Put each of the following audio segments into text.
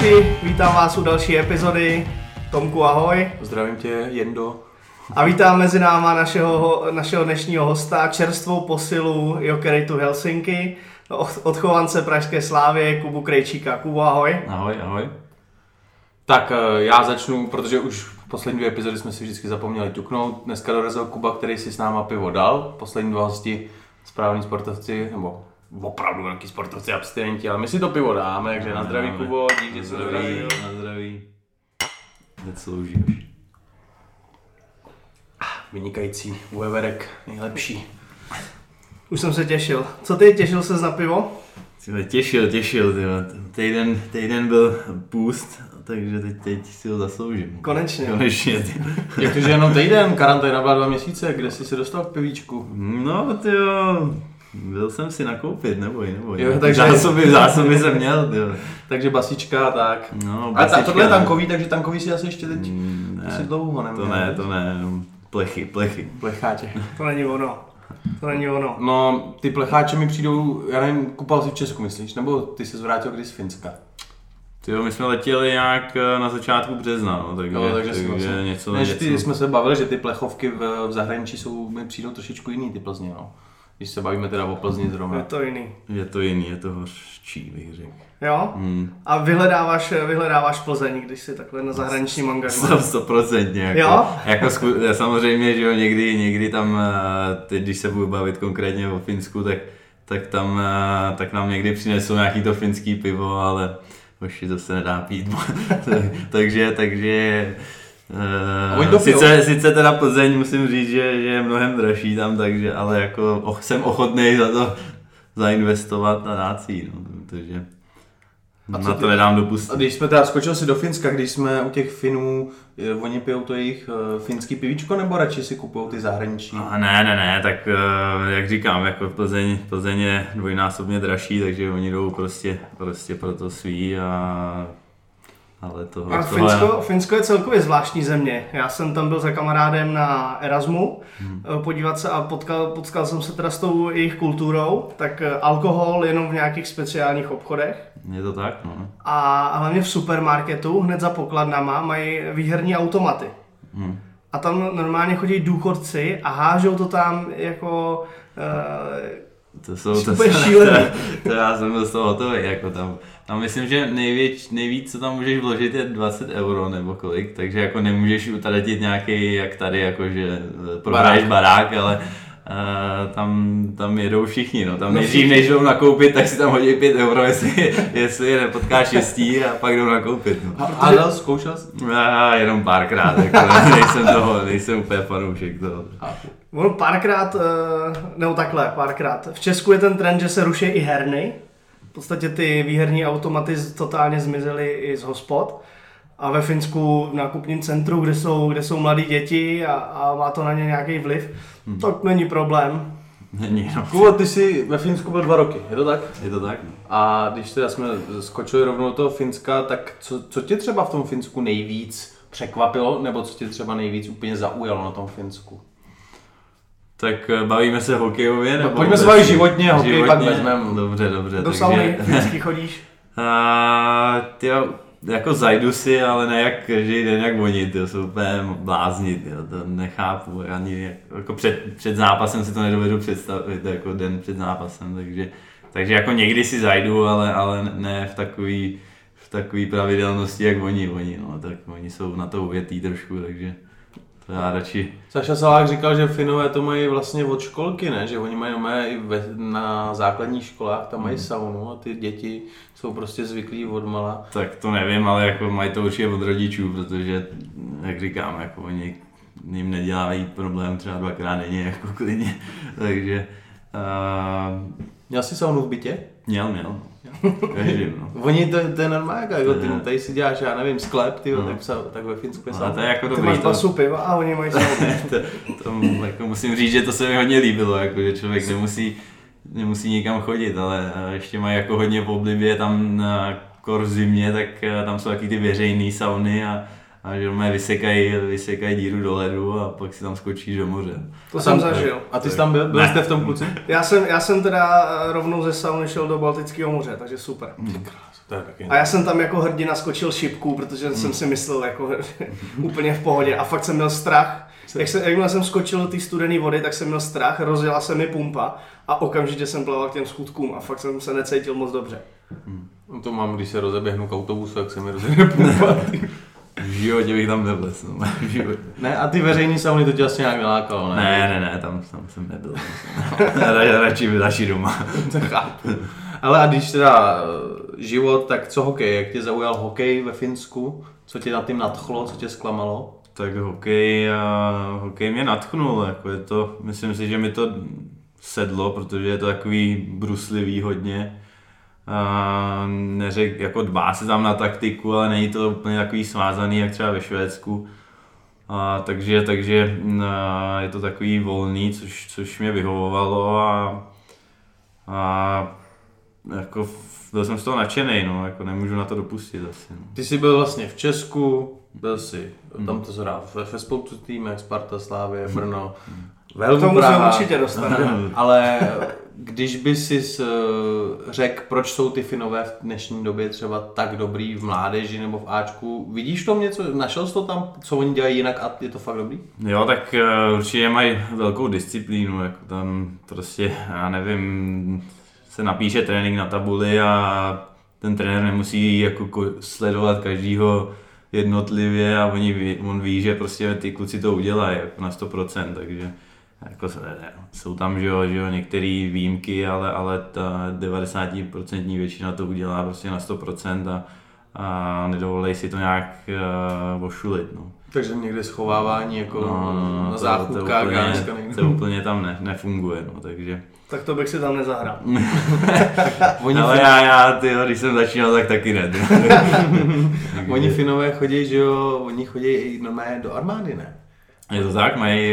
kluci, vítám vás u další epizody. Tomku, ahoj. Zdravím tě, Jendo. A vítám mezi náma našeho dnešního hosta, čerstvou posilu Jokereitu Helsinki, odchovance pražské Slávie, Kubu Krejčíka. Kubo, ahoj. Ahoj. Tak já začnu, protože už poslední 2 epizody jsme si vždycky zapomněli ťuknout. Dneska dorazil Kuba, který si s náma pivo dal. Poslední 2 hosti, správní sportovci, nebo opravdu velký sportovci, abstinenti, ale my si to pivo dáme, takže na zdraví, Kubo, díky, že na zdraví. Nesloužíš. Vynikající, Ueverek, nejlepší. Už jsem se těšil. Co ty, těšil ses na pivo? Těšil, týden byl půst, takže teď si ho zasloužím. Konečně. Jak to, že jenom týden, karanténa byla 2 měsíce, kde jsi se dostal k pivíčku? No tyjo, byl jsem si nakoupit, neboj. Jo, takže zásoby jsem měl, tyjo. Takže basička, tak. No, basička, a tohle je tankový, takže tankový si asi ještě teď si dlouho neměl. To ne, plechy. Plecháče. To není ono. No, ty plecháče mi přijdou, já nevím, kupal jsi v Česku, myslíš? Nebo ty jsi zvrátil kdy z Finska? Tyjo, my jsme letěli nějak na začátku března, no, takže něco... Ty jsme se bavili, že ty plechovky v zahraničí mi přijdou trošičku jiný, ty Plzně, no. Když se bavíme teda o Plzni zrovna. Je to jiný. Je to hořčí, bych řekl. Jo? A vyhledáváš Plzeň, když jsi takhle na zahraničním angažmá? 100%. Jako samozřejmě, že jo, někdy tam, teď když se budu bavit konkrétně o Finsku, tak nám někdy přinesou nějaký to finský pivo, ale hoši to se nedá pít. takže sice teda Plzeň musím říct, že je mnohem dražší tam, takže, ale jako jsem ochotný za to zainvestovat a dát si ji, no, protože na to nedám dopustit. A když jsme teda skočil si do Finska, když jsme u těch Finů, oni pijou to jejich finský pivíčko, nebo radši si kupujou ty zahraničí? Ne, tak jak říkám, jako Plzeň je dvojnásobně dražší, takže oni jdou prostě pro to svý ale Finsko je celkově zvláštní země. Já jsem tam byl za kamarádem na Erasmu podívat se a potkal jsem se teda s tou jejich kulturou, tak alkohol jenom v nějakých speciálních obchodech. Je to tak, no. A hlavně v supermarketu hned za pokladnama mají výherní automaty. A tam normálně chodí důchodci a hážou to tam jako super šílené. To já jsem byl z toho hotový, jako tam myslím, že nejvíc, co tam můžeš vložit, je 20 € nebo kolik, takže jako nemůžeš utratit nějaký, jak tady, jakože prohraješ barák, ale tam jedou všichni, no. Tam než jdou nakoupit, tak si tam hodí 5 €, jestli je nepotkáš štěstí a pak jdou nakoupit. No. A zkoušel jsi? Jenom párkrát, jako, nejsem úplně fanoušek toho. Ono párkrát. V Česku je ten trend, že se ruší i herny. V podstatě ty výherní automaty totálně zmizely i z hospod. A ve Finsku v nákupním centru, kde jsou mladí děti a má to na ně nějaký vliv, tak není problém. Není, no. Kubo, ty jsi ve Finsku byl 2 roky, je to tak? Je to tak. A když teda jsme skočili rovnou do toho Finska, tak co tě třeba v tom Finsku nejvíc překvapilo, nebo co tě třeba nejvíc úplně zaujalo na tom Finsku? Tak bavíme se hokejově, nebo... Pojďme se bavit životně, hokej pak vezmeme. Dobře. Do sauny finský chodíš? Jako zajdu si, ale ne jak každý den jak oni, to jsou úplně blázni, to nechápu, ani jako před zápasem si to nedovedu představit, jako den před zápasem, takže jako někdy si zajdu, ale ne v takový pravidelnosti jak oni, no, tak oni jsou na to uvětý trošku, takže to já radši. Saša Salák říkal, že Finové to mají vlastně od školky, ne? Že oni mají na základních školách, tam mají saunu a ty děti jsou prostě zvyklí odmala. Tak to nevím, ale jako mají to určitě od rodičů, protože, jak říkám, jako oni jim nedělají problém třeba 2krát denně, jako klidně, takže... Měl jsi saunu v bytě? Měl. Každým, no. Oni to je normální, jako ty tady si děláš, já nevím, sklep, tak ve Finsku je sauna. To je jako ty máš basu piva a oni mají saunu. to jako musím říct, že to se mi hodně líbilo, jako, že člověk nemusí nikam chodit, ale ještě mají jako hodně v oblibě tam kor v zimě, tak tam jsou taky ty veřejné sauny a a že mě vysekají díru do ledu a pak si tam skočíš do moře. To jsem zažil. A ty jsi tam byl? Byl jste v tom kluci? Já jsem teda rovnou ze sauny šel do Baltického moře, takže super. A já jsem tam jako hrdina skočil šipku, protože jsem si myslel jako úplně v pohodě a fakt jsem měl strach. Jakmile jsem skočil do té studené vody, tak jsem měl strach, rozjela se mi pumpa a okamžitě jsem plaval k těm skutkům a fakt jsem se necítil moc dobře. To mám, když se rozeběhnu k autobusu, jak se mi rozeběhne pumpa. V životě bych tam nevlez, no. Ne, a ty veřejný sauny to tě asi nějak nalákalo, ne? Ne, tam jsem nebyl. radši doma. To chápu. Ale a když teda život, tak co hokej? Jak tě zaujal hokej ve Finsku? Co tě na tím nadchlo, co tě zklamalo? Tak hokej mě nadchnul, jako je to, myslím si, že mi to sedlo, protože je to takový bruslivý hodně. Neřek, jako dbá se tam na taktiku, ale není to úplně takový svázaný, jak třeba ve Švédsku. Takže je to takový volný, což mě vyhovovalo a jako byl jsem z toho nadšenej, no, jako nemůžu na to dopustit asi. No. Ty jsi byl vlastně v Česku, byl jsi, tam to zhrál ve spoustu týmech, Sparta, Slavie, Brno, Velmu Praha. To určitě dostat. Ale když by si řekl, proč jsou ty Finové v dnešní době třeba tak dobrý v mládeži nebo v Ačku, vidíš to něco, našel jsi to tam, co oni dělají jinak a je to fakt dobrý? Jo, tak určitě mají velkou disciplínu, jako tam prostě, já nevím, se napíše trénink na tabuli a ten trenér nemusí jako sledovat každýho jednotlivě a on ví, že prostě ty kluci to udělají jako na 100%, takže jako jsou tam že jo, některé výjimky, ale ta 90% většina to udělá prostě na 100% a nedovolej si to nějak ošulit. No. Takže někde schovávání jako na záchůdkách. To úplně tam nefunguje, no, takže... Tak to bych si tam nezahrál. Ale já když jsem začínal, tak taky ne. Oni Finové chodí, že jo, oni chodí i normálně do armády, ne? Je to tak, mají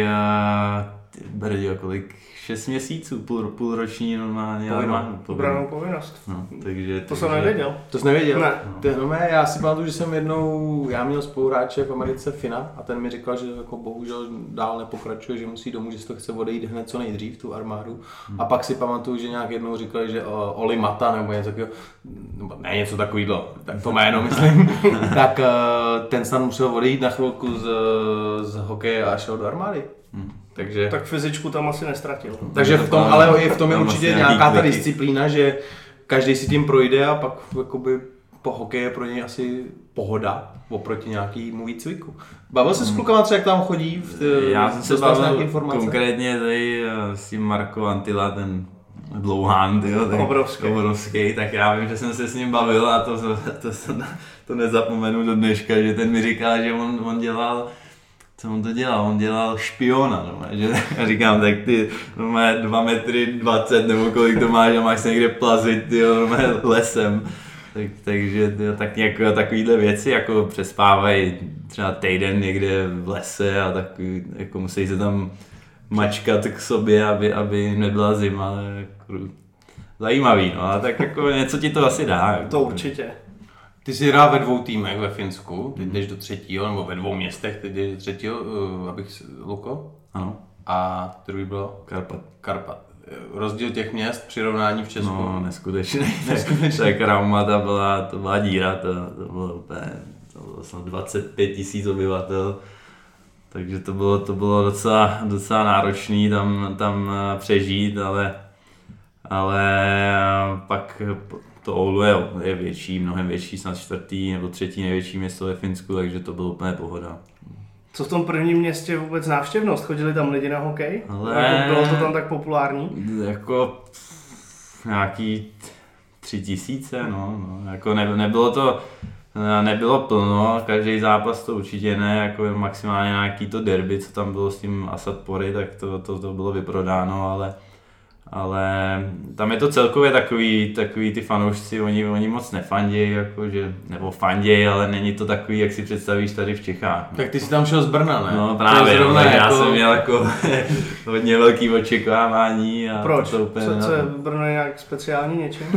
Brdě, kolik? 6 měsíců, půlroční normálně armádu. Obranou povinnost. No, to jsem nevěděl. To jsi nevěděl? Ne. Já si pamatuju, že jsem já měl spoluhráče v Americe Fina a ten mi říkal, že jako bohužel dál nepokračuje, že musí domů, že si to chce odejít hned co nejdřív, tu armádu. A pak si pamatuju, že nějak jednou říkali, že Oli Mata nebo něco takového, ne něco takového, tak to jméno myslím, tak ten snad musel odejít na chvilku z hokeje a šel do armády. Takže... Tak fyzičku tam asi nestratil. Takže v tom, ale i v tom je určitě nějaká ta disciplína, že každý si tím projde a pak jakoby po hokeji je pro něj asi pohoda oproti nějakému výcviku. Bavil se s klukama třeba, jak tam chodí? Já jsem se bavil konkrétně tady s tím Marko Antila, ten dlouhán, obrovský, tak já vím, že jsem se s ním bavil a to nezapomenu do dneška, že ten mi říkal, že on dělal. Co on to dělal? On dělal špiona, no, že? Já říkám, tak ty no, 2,20 m nebo kolik to máš a máš se někde plazit lesem. Takže tak jako, takovýhle věci jako přespávají třeba týden někde v lese a takový, jako musí se tam mačkat k sobě, aby nebyla zima. Jako, zajímavý, no, a tak jako něco ti to asi dá. To určitě. Ty jsi hrál ve 2 týmech ve Finsku, teď jdeš do 3. nebo ve 2 městech, teď jdeš do 3. Luko? Ano. A druhý bylo? Karpat. Rozdíl těch měst, přirovnání v Česku? No, neskutečný. Tak Rauma, to byla díra, to bylo úplně, to bylo 25 000 obyvatel. Takže to bylo docela náročný tam přežít, ale pak to Oulu je větší, mnohem větší, snad 4. nebo 3. největší město ve Finsku, takže to bylo úplně pohoda. Co v tom prvním městě vůbec návštěvnost? Chodili tam lidi na hokej? Ale... Bylo to tam tak populární? Jako nějaký 3000, no. Jako nebylo plno, každý zápas to určitě ne, jako maximálně nějaký to derby, co tam bylo s tím Asatpory, tak to bylo vyprodáno, ale tam je to celkově takový ty fanoušci, oni moc nefandějí, jakože, nebo fandějí, ale není to takový, jak si představíš tady v Čechách. Tak ty jsi tam šel z Brna, ne? No právě, já jsem měl jako hodně velký očekávání. A proč? To úplně co je Brno nějak speciální něčím?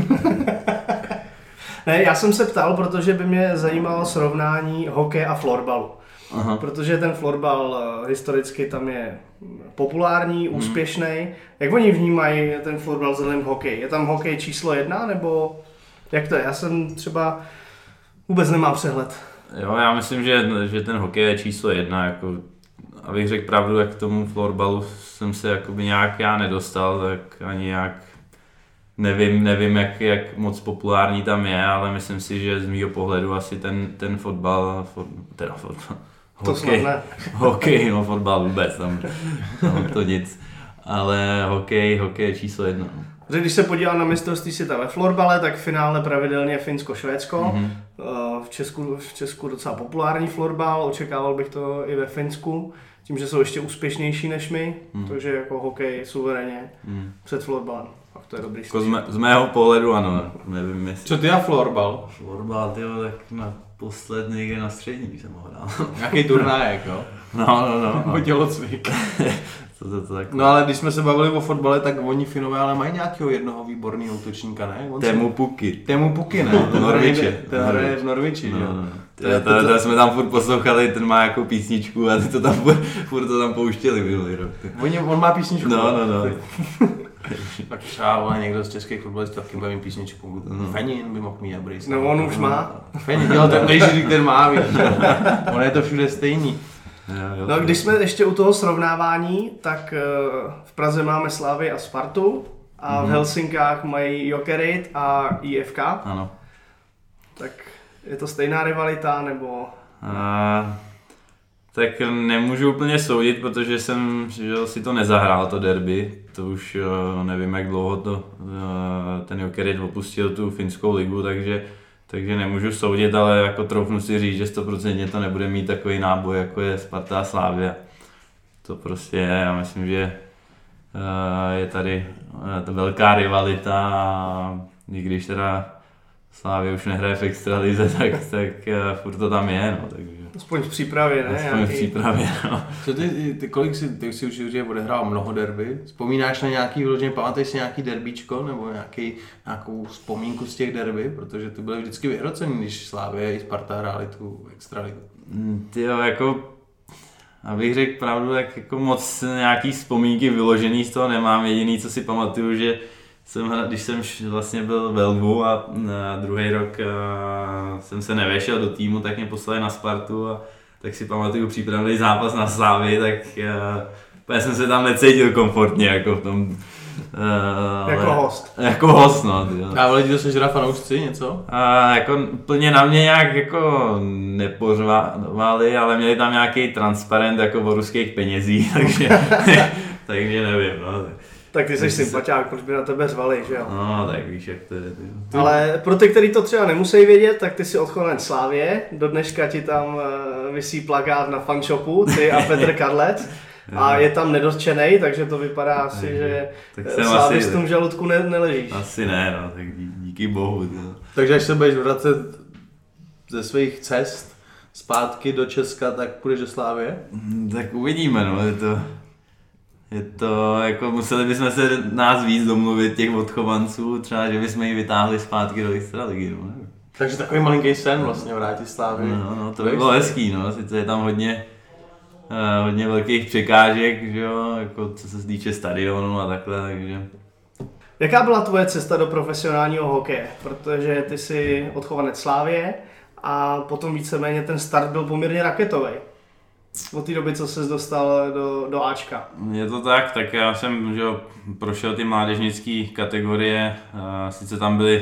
Ne, já jsem se ptal, protože by mě zajímalo srovnání hokeje a florbalu. protože ten florbal historicky tam je populární, úspěšný. Jak oni vnímají ten florbal vzhledem k hokeji? Je tam hokej číslo 1 nebo jak to je? Já jsem třeba vůbec nemám přehled. Jo, já myslím, že ten hokej je číslo 1, jako, abych řekl pravdu, jak k tomu florbalu jsem se jakoby nějak já nedostal, tak ani jak nevím jak moc populární tam je, ale myslím si, že z mýho pohledu asi ten fotbal, hokej, no fotbal vůbec, tam to nic, ale hokej je číslo 1. Když se podívám na mistrovství světa ve florbale, tak v finále pravidelně Finsko-Švédsko. V Česku docela populární florbal, očekával bych to i ve Finsku, tím, že jsou ještě úspěšnější než my, takže jako hokej suverénně před florbalem. Tak to je dobrý jako z mého pohledu ano, nevím jestli. Co ty a florbal? Florbal, tyjo, tak naposled někde na střední jsem ho hrál. Nějaký turnájek, jo? No. Nebo tělocvik. To tak. No ale když jsme se bavili o fotbale, tak oni Finové ale mají nějakého jednoho výborného útočníka, ne? Teemu Pukki, ne? V Norwichi. Ten hraje v Norwichi, jo? To jsme tam furt poslouchali, ten má jako písničku a ty to tam furt to tam pouštěli minulý rok. On má písničku? No. Tak třeba někdo z českých fotbalistů taky bude mít písničku. Fenin by mohl mít dobrý. No on už má. Fenin, jo, ten Nejžiřík ten má, víš. On je to všude stejný. No a když jsme ještě u toho srovnávání, tak v Praze máme Slavii a Spartu a v Helsinkách mají Jokerit a IFK. Ano. Tak je to stejná rivalita, nebo... Tak nemůžu úplně soudit, protože jsem si to nezahrál, to derby. To už nevím, jak dlouho ten Jokerit opustil tu finskou ligu, takže nemůžu soudit, ale jako troufnu si říct, že 100% to nebude mít takový náboj, jako je Sparta a Slavia. To prostě je, já myslím, že je tady ta velká rivalita a i když teda Slavia už nehraje v extralize, tak furt to tam je, no, takže... Aspoň v přípravě, ne? Aspoň v přípravě, no. Co ty si určitě odehrál mnoho derby. Vzpomínáš na nějaký vyloženě, pamatuješ si nějaký derbíčko nebo nějakou vzpomínku z těch derby? Protože ty byly vždycky vyhrocený, když Slavia i Sparta hráli tu extraligu. Tyjo, jako... Abych řekl pravdu, tak jako moc nějaký vzpomínky vyložený z toho nemám. Jediný, co si pamatuju, že když jsem vlastně byl ve Lvu a druhý rok jsem se nevešel do týmu, tak mě poslali na Spartu a tak si pamatuju přípravný zápas na Slavii, tak já jsem se tam necítil komfortně jako v tom. Jako host. Jako host, no. Dávali ti to sežrat fanoušci něco? Jako úplně na mě nějak jako nepořvali, ale měli tam nějaký transparent jako o ruských penězích, takže nevím, no. Tak ty jsi sympatiák, proč by na tebe řvali, že jo? No, tak víš, jak to je. Ale pro ty, kteří to třeba nemusí vědět, tak ty jsi odchovanec Slávie. Do dneška ti tam visí plakát na fanshopu, ty a Petr Kadlec. A je tam nedotčenej, takže to vypadá asi, že Slávistům v žaludku neležíš. Asi ne, no, tak díky bohu. No. Takže až se budeš vracet ze svých cest zpátky do Česka, tak půjdeš do Slávie? Tak uvidíme, no, je to jako museli bychom se nás víc domluvit těch odchovanců, třeba že bychom ji vytáhli zpátky do extraligy, no. Takže takový malinký sen vlastně vrátit Slávii. No, to by bylo hezký, no, sice je tam hodně velkých překážek, že jo, jako co se týče stadionu a takhle, takže... Jaká byla tvoje cesta do profesionálního hokeje? Protože ty jsi odchovanec Slávie a potom víceméně ten start byl poměrně raketový. Od té doby, co ses dostal do Ačka. Je to tak já jsem prošel ty mládežnické kategorie, sice tam byly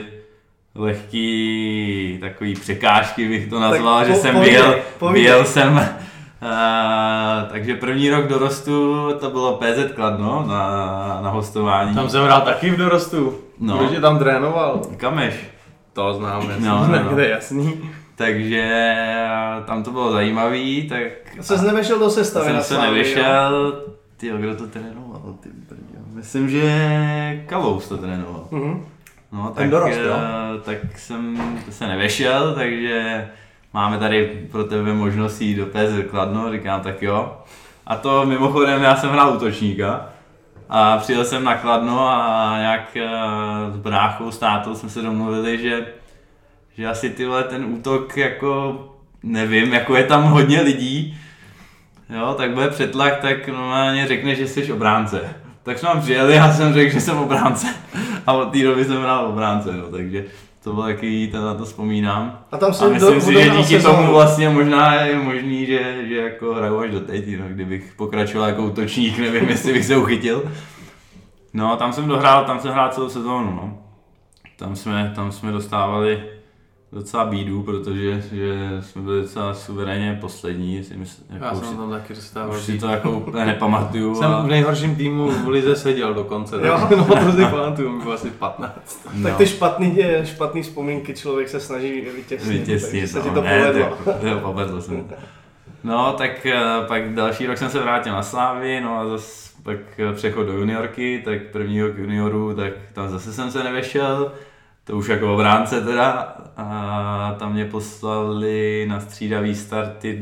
lehký takový překážky, bych to nazval, že jsem vyjel jsem, takže první rok dorostu to bylo PZ Kladno na hostování. Tam jsem hrál taky v dorostu, kdo tě tam trénoval? Kameš. To známe, no. Je jasný. Takže tam to bylo zajímavý, tak... Ses nevešel do sestavy na Slávii? Jsem se nevešel, kdo to trénoval, myslím, že Kalous to trénoval. No, tak jsem se nevešel, takže máme tady pro tebe možnost jít do PZ Kladno, říkám tak jo. A to mimochodem já jsem hrál útočníka a přijel jsem na Kladno a nějak s bráchou, s tátou jsme se domluvili, že asi ten útok jako nevím, jako je tam hodně lidí, jo, tak bude přetlak, tak normálně řekne, že jsi obránce. Tak jsme tam přijeli, já jsem řekl, že jsem obránce a od té doby jsem hrál obránce, no, takže to bylo takový, na to vzpomínám. A tam a myslím si, že díky tomu vlastně možná je možný, že jako hraju až do teď, no, kdybych pokračoval jako útočník, nevím, jestli bych se uchytil. No, tam jsem hrál celou sezónu, no. Tam jsme dostávali docela bídu, protože jsme byli docela suverénně poslední. Já jsem tam taky dostával. Už si to jako úplně nepamatuju. Jsem v nejhorším týmu v lize seděl dokonce, no to si pamatuju, bylo asi 15. No. Tak ty špatný vzpomínky člověk se snaží vytěsnit, takže se ti to povedlo se mi. No, tak pak další rok jsem se vrátil na Slávy, no a zase pak přechod do juniorky, tak prvního k junioru, tak tam zase jsem se nevešel. To už jako obránce teda, a tam mě poslali na střídavý starty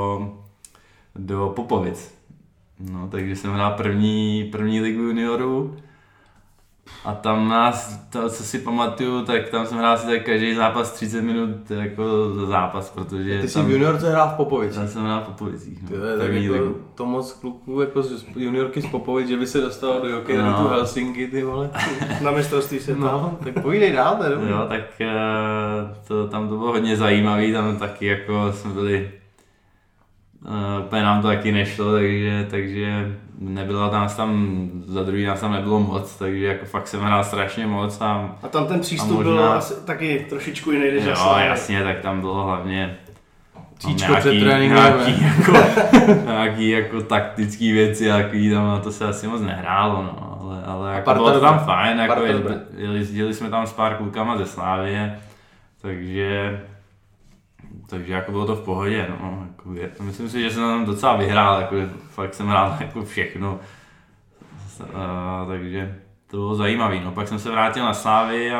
do Popovic. No, takže jsem hrál první ligu juniorů a tam nás, to co si pamatuju, tak tam jsem hrál si tak každý zápas 30 minut jako za zápas, protože ty jsi v juniorce hrál v Popovicích? Tam jsem hrál v Popovicích, no. Tak jako to moc kluků jako z juniorky z Popovic, že by se dostal do Jokeru tu Helsinki, ty vole. Na mistrovství světa. No, tak povídej dál, to je dobrý. Jo, tak tam to bylo hodně zajímavý, tam taky jako jsme byli, úplně nám to taky nešlo, takže nebylo nás tam, za druhý nás tam nebylo moc, takže jako fakt jsem hrál strašně moc. A tam ten přístup možná, byl asi taky trošičku jiný než jo, jasně, tak tam bylo hlavně Číčko před tréninkem. Nějaký jako taktický věci, jaký tam na to se asi moc nehrálo, no, ale jako bylo to tam fajn, jako jezdili jsme tam s pár klukama ze Slávie, takže jako bylo to v pohodě, no, jako myslím si, že jsem tam docela vyhrál, jako fakt jsem hrál jako všechno, takže to bylo zajímavý, no, pak jsem se vrátil na Slávy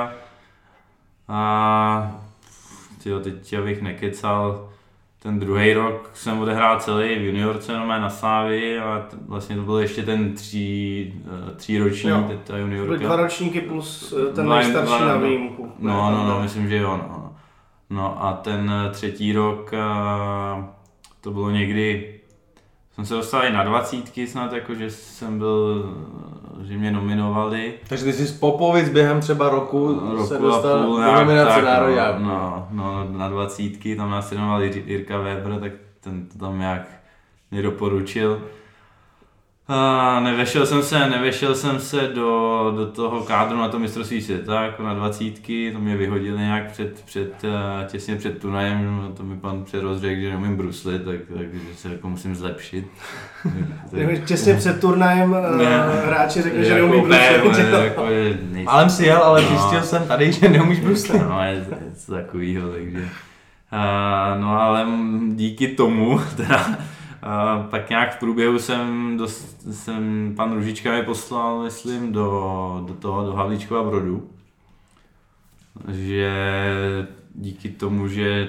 a teď abych nekecal, ten druhý rok jsem odehrál celý v juniorce na Slávy a vlastně to byl ještě ten tříroční ta juniorka. Byly 2 ročníky plus ten nejstarší na výjimku. No, myslím, že jo, no. No a ten třetí rok, to bylo někdy, jsem se dostal i na 20 snad, jakože jsem byl, že mě nominovali. Takže ty jsi z Popovic během třeba roku se dostal do nominace národňáků. No, na 20, tam nás trénoval Jirka Weber, tak ten to tam nějak mě doporučil. A nevešel jsem se do toho kádru na to mistrovství světa, jako na 20, to mě vyhodili nějak těsně před turnajem, to mi pan Přeroz řekl, že neumím bruslit, takže se jako musím zlepšit. Těsně před turnajem hráči řekli, že neumí bruslit. Ale si jel, ale zjistil jsem tady, že neumíš bruslit. No, je to takovýho, takže. No ale díky tomu, teda, pak nějak v průběhu jsem pan Ružička mi poslal, myslím, do Havlíčkova Brodu, že díky tomu, že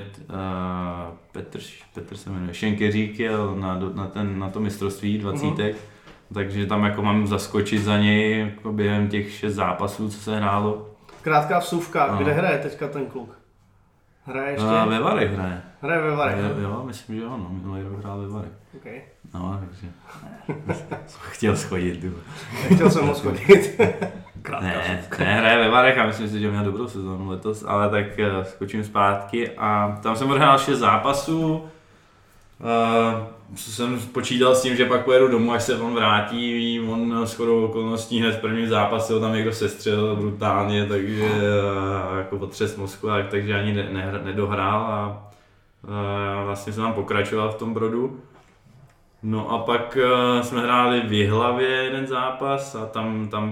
Petr se jmenuje, Šenkeřík jel na to mistrovství 20, takže tam jako mám zaskočit za něj jako během těch 6 zápasů, co se hrálo. Krátká vsuvka, kde hraje teďka ten kluk? Hraje ještě? Ve Varech hraje. Hraje ve Varech. Jo, myslím, že ano, minulý rok hrál ve Varech. Okay. No, takže chtěl schodit. Nechtěl jsem moc schodit. Ne, hraje ve Varech a myslím si, že měl dobrou sezónu letos, ale tak skočím zpátky a tam jsem odehrál 6 zápasů. Jsem počítal s tím, že pak pojedu domů, až se on vrátí, on shodou okolností hned v prvním zápase ho tam někdo sestřelil brutálně, takže jako potřes mozku, takže ani nedohrál a vlastně jsem tam pokračoval v tom Brodu. No a pak jsme hráli v Jihlavě jeden zápas a tam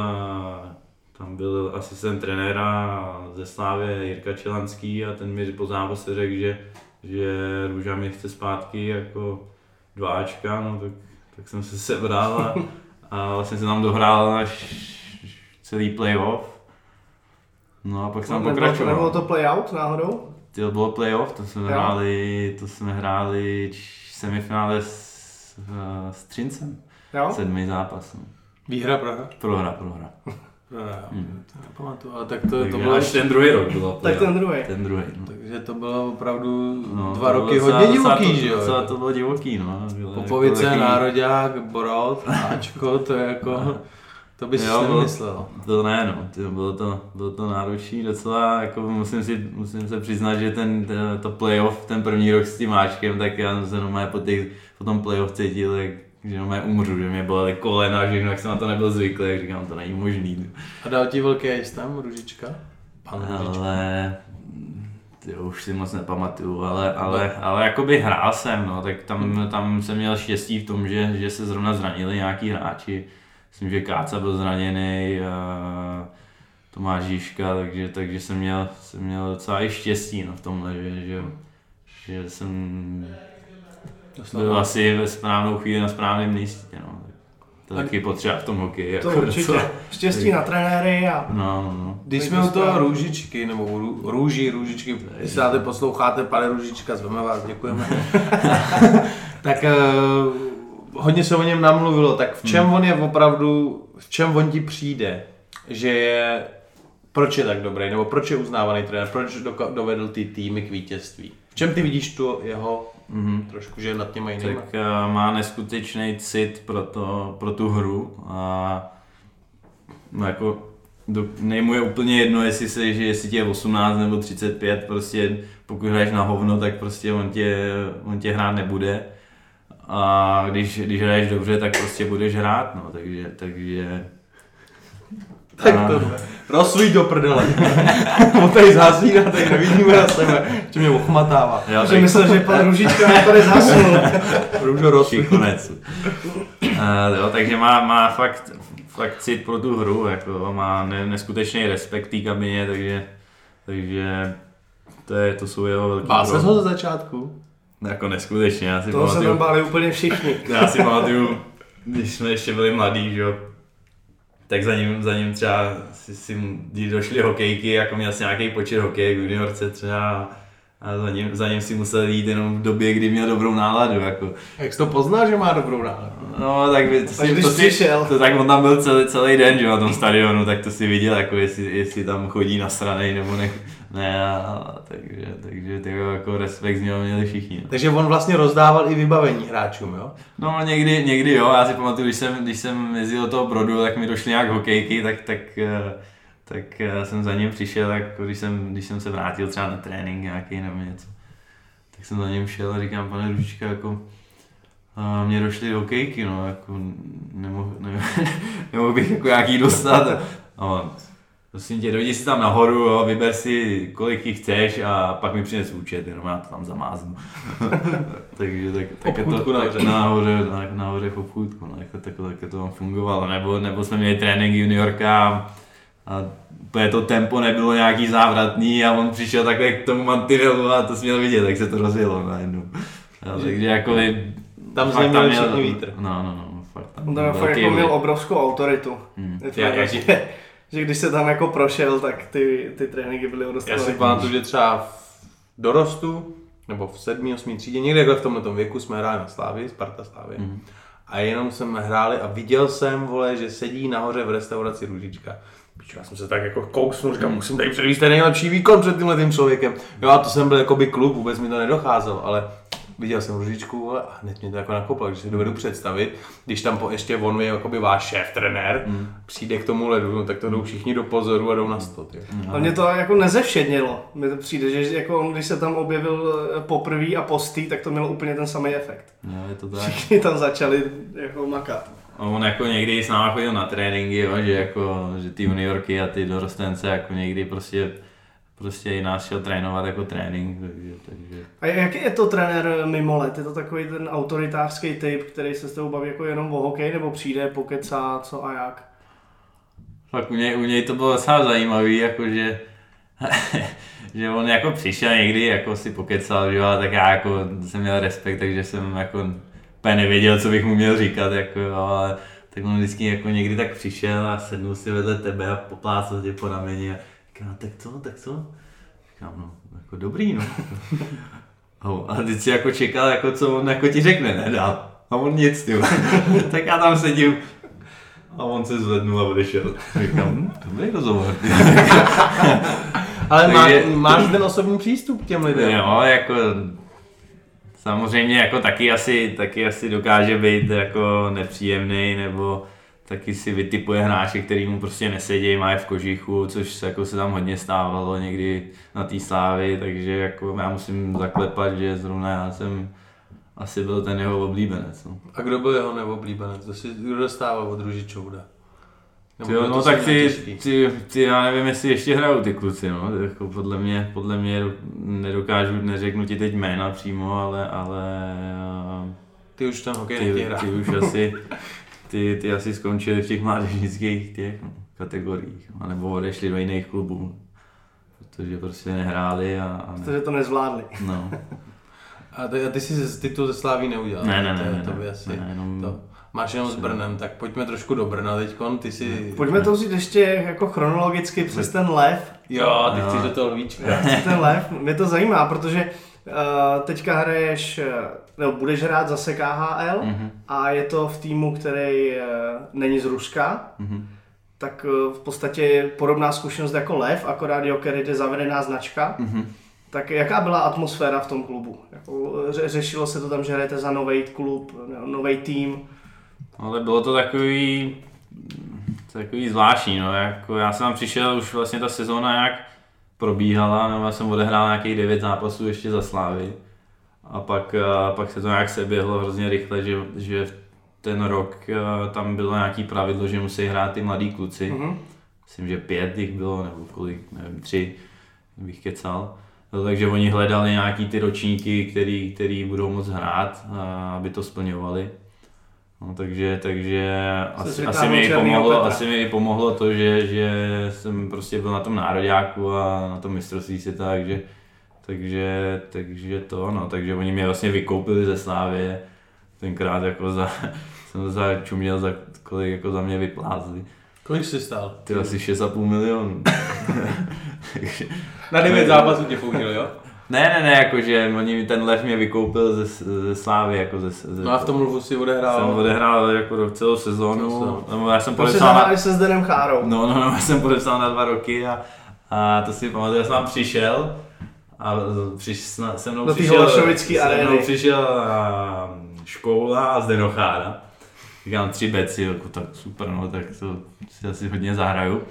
byl asistent trenéra ze Slávy Jirka Čelanský a ten mi po zápase řekl, že Růža mě chce zpátky jako 2Ačka, no tak jsem se sebral a vlastně jsem tam dohrál až celý playoff. No a pak jsem pokračoval. Nebylo to playout náhodou? To bylo playoff, to jsme hráli semifinále s Třincem. 7. zápas. No. Výhra, prohra? Prohra. To nepamatuju, ale tak to bylo... Až ten druhý rok bylo. Tak ten druhý. Ten druhý, no. Takže to bylo opravdu No, 2 to roky bylo hodně docela divoký, že jo? Docela to bylo divoký, no. Popovice, jako Nároďák, Borod, Ačko, to je jako... To bys si nemyslel. To ne, no. Bylo to náročný docela, jako musím se přiznat, že to playoff, ten první rok s tím Ačkem, tak já jsem se normálně po tom playoff cítil, že normálně umřu, že mě bolely kolena, všechno, jak jsem na to nebyl zvyklý, jak říkám, to není možný. A dal ti velký jist tam, Růžička? Ale už si moc nepamatuju, ale jakoby hrál jsem, no, tak tam jsem měl štěstí v tom, že se zrovna zranili nějaký hráči. Myslím, že Káca byl zraněný, Tomáš Žižka, takže jsem měl docela i štěstí, no, v tomhle, že jsem byl asi ve správnou chvíli na správném místě, no. To taky potřeba v tom hokeji. To jako určitě. Štěstí na trenéry a... No. Když jsme u toho Růžičky, nebo Růžičky, když se posloucháte, pane Růžička, zveme vás, děkujeme. Tak hodně se o něm namluvilo, tak v čem on je opravdu, v čem on ti přijde, že je, proč je tak dobrý, nebo proč je uznávaný trenér, proč dovedl ty týmy k vítězství? V čem ty vidíš tu jeho trošku, že je nad těma jinýma? Tak má neskutečný cit pro tu hru a no jako nejmu je úplně jedno, jestli tě je 18 nebo 35, prostě pokud hraješ na hovno, tak prostě on tě hrát nebude. A když hraješ dobře, tak prostě budeš hrát, no, takže... Tak tohle. Rozsvíť do prdele. On tady zhasíná, tady nevidíme na sebe, že mě ochmatává. Že myslel, že pan Růžička mě tady zhasnul. Růžo rozsvíť. Konec. Takže má fakt cit pro tu hru, jako má neskutečný respekt té kabině, takže to jsou jeho velký Bál ses ho ze začátku? Jako neskutečně, já si toho pamatuju. se tam báli úplně všichni. Já si pamatuju, když jsme ještě byli mladí, že jo, tak za ním třeba když došly hokejky, jako měl si nějaký počet hokejek v juniorce třeba a za ním si musel jít jenom v době, kdy měl dobrou náladu, jako. Jak jsi to poznal, že má dobrou náladu? No, tak tak on tam byl celý den, že na tom stadionu, tak to si viděl, jako jestli tam chodí na strany nebo ne, takže jako respekt z něho měli všichni. No. Takže on vlastně rozdával i vybavení hráčům, jo? No někdy jo, já si pamatuju, když jsem jezdil do toho Brodu, tak mi došly nějak hokejky, tak jsem za ním přišel, jako když jsem se vrátil třeba na trénink nějaký nebo něco, tak jsem za ním šel a říkám, pane Růžička, jako mně došly hokejky, no, jako nemohl bych jako nějaký dostat. A on, prosím tě, dojdi si tam nahoru, jo, vyber si, kolik jich chceš a pak mi přines účet, jenom já to tam zamáznu. Takže tak je to nahoře v obchůdku, no, jako takhle to tam fungovalo, nebo jsme měli trénink juniorka a úplně to tempo nebylo nějaký závratný a on přišel takhle k tomu mantinelu a to jsi měl vidět, jak se to rozjelo najednou. Takže jako tam měl všichni vítr. No, fakt tam. On tam fakt jako měl obrovskou autoritu. Že když se tam jako prošel, tak ty tréninky byly odostavené. Já si pamatuju, že třeba v dorostu, nebo v 7. 8. třídě, někde v tomto věku jsme hráli na Slávii, Sparta Slávii. A jenom jsme hráli a viděl jsem, vole, že sedí nahoře v restauraci Růžička. Já jsem se tak jako kousnul, říkám, musím tady předvíst ten nejlepší výkon před tímhletým člověkem. Jo, a to jsem byl jakoby klub, vůbec mi to nedocházelo, ale viděl jsem Růžičku a hned mě to jako nakoplo, že si dovedu představit, když tam ještě on je jakoby váš šéf, trenér, přijde k tomu ledu, no, tak to jdou všichni do pozoru a jdou na 100. A mě to jako nezevšednilo. Mně to přijde, že jako on, když se tam objevil poprvé a postý, tak to mělo úplně ten samý efekt. No, je to tak. Všichni tam začali jako makat. On jako někdy s náma chodil na tréninky, jo, že ty juniorky a ty dorostence jako někdy prostě i nás šel trénovat jako trénink, takže... A jaký je to trenér mimo let? Je to takový ten autoritářský typ, který se s tebou baví jako jenom o hokej, nebo přijde, pokecá, co a jak? Tak u něj to bylo docela zajímavý, jakože že on jako přišel někdy, jako si pokecal, že, tak já jako jsem měl respekt, takže jsem jako úplně nevěděl, co bych mu měl říkat, jako, ale tak on vždycky jako někdy tak přišel a sednul si vedle tebe a poplácal tě po rameni a říkám, tak co? Říkám, no, jako dobrý, no. A teď si jako čekal, jako co on jako ti řekne, nedal. A on nic, ty. Tak já tam sedím. A on se zvednul a odešel. Říkám, dobrý rozhovor. Ale máš ten osobní přístup k těm lidem. Jo, jako samozřejmě jako taky asi dokáže být jako nepříjemný, nebo taky si vytipuje hráče, který mu prostě nesedí, má je v kožichu, což jako se tam hodně stávalo někdy na té Slávy, takže jako já musím zaklepat, že zrovna já jsem asi byl ten jeho oblíbenec. No. A kdo byl jeho neoblíbenec? Kdo dostával od Ružičouda? No tak ty, já nevím, jestli ještě hrajou ty kluci, no. Jako podle mě nedokážu, neřeknu ti teď jména přímo, ale ty už ten hokej nechtějí hrát. Ty už asi, ty asi skončili v těch mládežnických těch kategoriích, nebo odešli do jiných klubů, protože prostě nehráli a protože to nezvládli. No. A ty jsi titul ze Slávy neudělal? Ne, to by asi jenom... to. Máš jenom s Brnem, tak pojďme trošku do Brna teďkon, ty si... Pojďme to vzít ještě jako chronologicky přes ten Lev. Jo, ty chceš do toho Lvíčka. Ten Lev, mě to zajímá, protože teďka hraješ, nebo budeš hrát zase KHL a je to v týmu, který není z Ruska. Tak v podstatě je podobná zkušenost jako Lev, akorát Jokerit je zavedená značka. Tak jaká byla atmosféra v tom klubu? Jako, řešilo se to tam, že hrajete za nový klub, nový tým? Ale bylo to takový zvláštní, no. Jako já jsem tam přišel, už vlastně ta sezóna jak probíhala, nebo já jsem odehrál nějakých 9 zápasů ještě za Slávy. A pak se to nějak seběhlo hrozně rychle, že ten rok tam bylo nějaký pravidlo, že musí hrát ty mladí kluci. Myslím, že 5 jich bylo, nebo kolik, nevím, 3, bych kecal. Takže oni hledali nějaký ty ročníky, který budou moc hrát, aby to splňovali. No, takže asi mi pomohlo to, že jsem prostě byl na tom nároďáku a na tom mistrovství světa, takže oni mě vlastně vykoupili ze Slávie. Tenkrát jako jsem začuměl, za kolik jako za mě vyplázli. Kolik jsi stál? Ty asi 6,5 milionů. Na 9 zápasů tě použil, jo? Ne, jakože ten Lev mě vykoupil ze Slávy, jako no a v tom Lvu si odehrál? Jsem odehrál jako celou sezónu. Já jsem podepsal se Zdenem Chárou. No, já jsem podepsal na 2 roky a to si pamatuju, já jsem tam přišel a se mnou přišel Škoula a Zdeno Chára. Říkám 3 beci, jako tak super, no, tak to si asi hodně zahraju.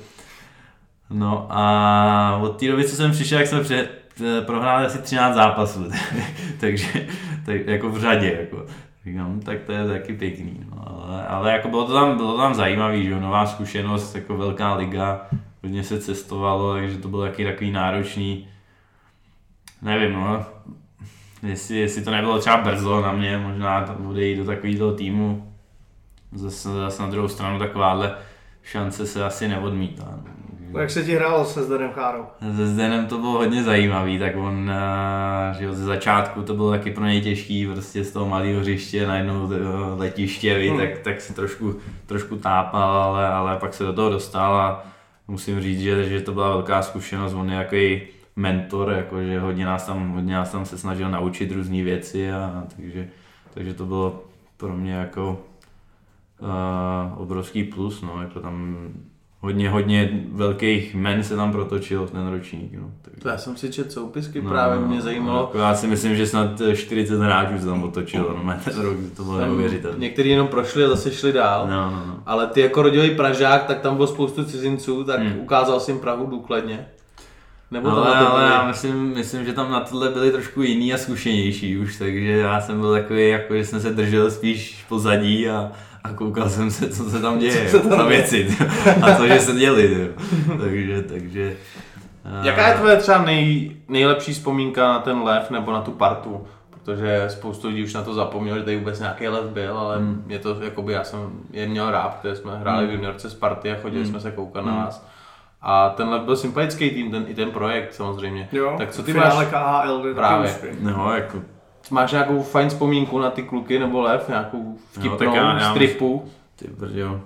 No a od té doby, co jsem přišel, jak jsme prohráli asi 13 zápasů, takže tak jako v řadě, jako. Říkám, tak to je taky pěkný, no. ale jako bylo to tam zajímavý, že jo, nová zkušenost, jako velká liga, hodně se cestovalo, takže to bylo takový náročný, nevím, no, jestli to nebylo třeba brzo na mě, možná tam odejít do takového týmu, zase na druhou stranu takováhle šance se asi neodmítá. Jak se ti hrálo se Zdenem Chárou? Se Zdenem to bylo hodně zajímavý, tak on, že ze začátku to bylo taky pro něj těžký, prostě z toho malého hřiště najednou letiště, tak si trošku tápal, ale pak se do toho dostal a musím říct, že to byla velká zkušenost, on je jaký mentor, jakože hodně nás tam se snažil naučit různé věci, takže to bylo pro mě jako obrovský plus, no, jako tam hodně velkých men se tam protočilo v ten ročník. No. To já jsem si četl soupisky, právě mě zajímalo. Jako já si myslím, že snad 40 hráčů se tam otočilo, no, ten rok, to bylo neuvěřitelné. Někteří jenom prošli a zase šli dál, no. Ale ty jako rodilý Pražák, tak tam bylo spoustu cizinců, tak ukázal jsem Prahu důkladně. Nebo ale já myslím, že tam na tohle byli trošku jiný a zkušenější už, takže já jsem byl takový, jako, že jsem se držel spíš pozadí a koukal jsem se, co se tam děje, za věci a to, že se děli, takže... Jaká je tvoje třeba nejlepší vzpomínka na ten Lev nebo na tu partu? Protože spoustu lidí už na to zapomnělo, že tady vůbec nějaký Lev byl, ale mě to, jakoby já jsem je měl rád, protože jsme hráli v juniorce Sparty a chodili jsme se koukat na nás. A ten Lev byl sympatický tým, i ten projekt samozřejmě. Jo, tak co ty máš? KHL právě. No, jako... Máš nějakou fajn vzpomínku na ty kluky nebo Lev, nějakou vtipnou stripu? Ty brďo.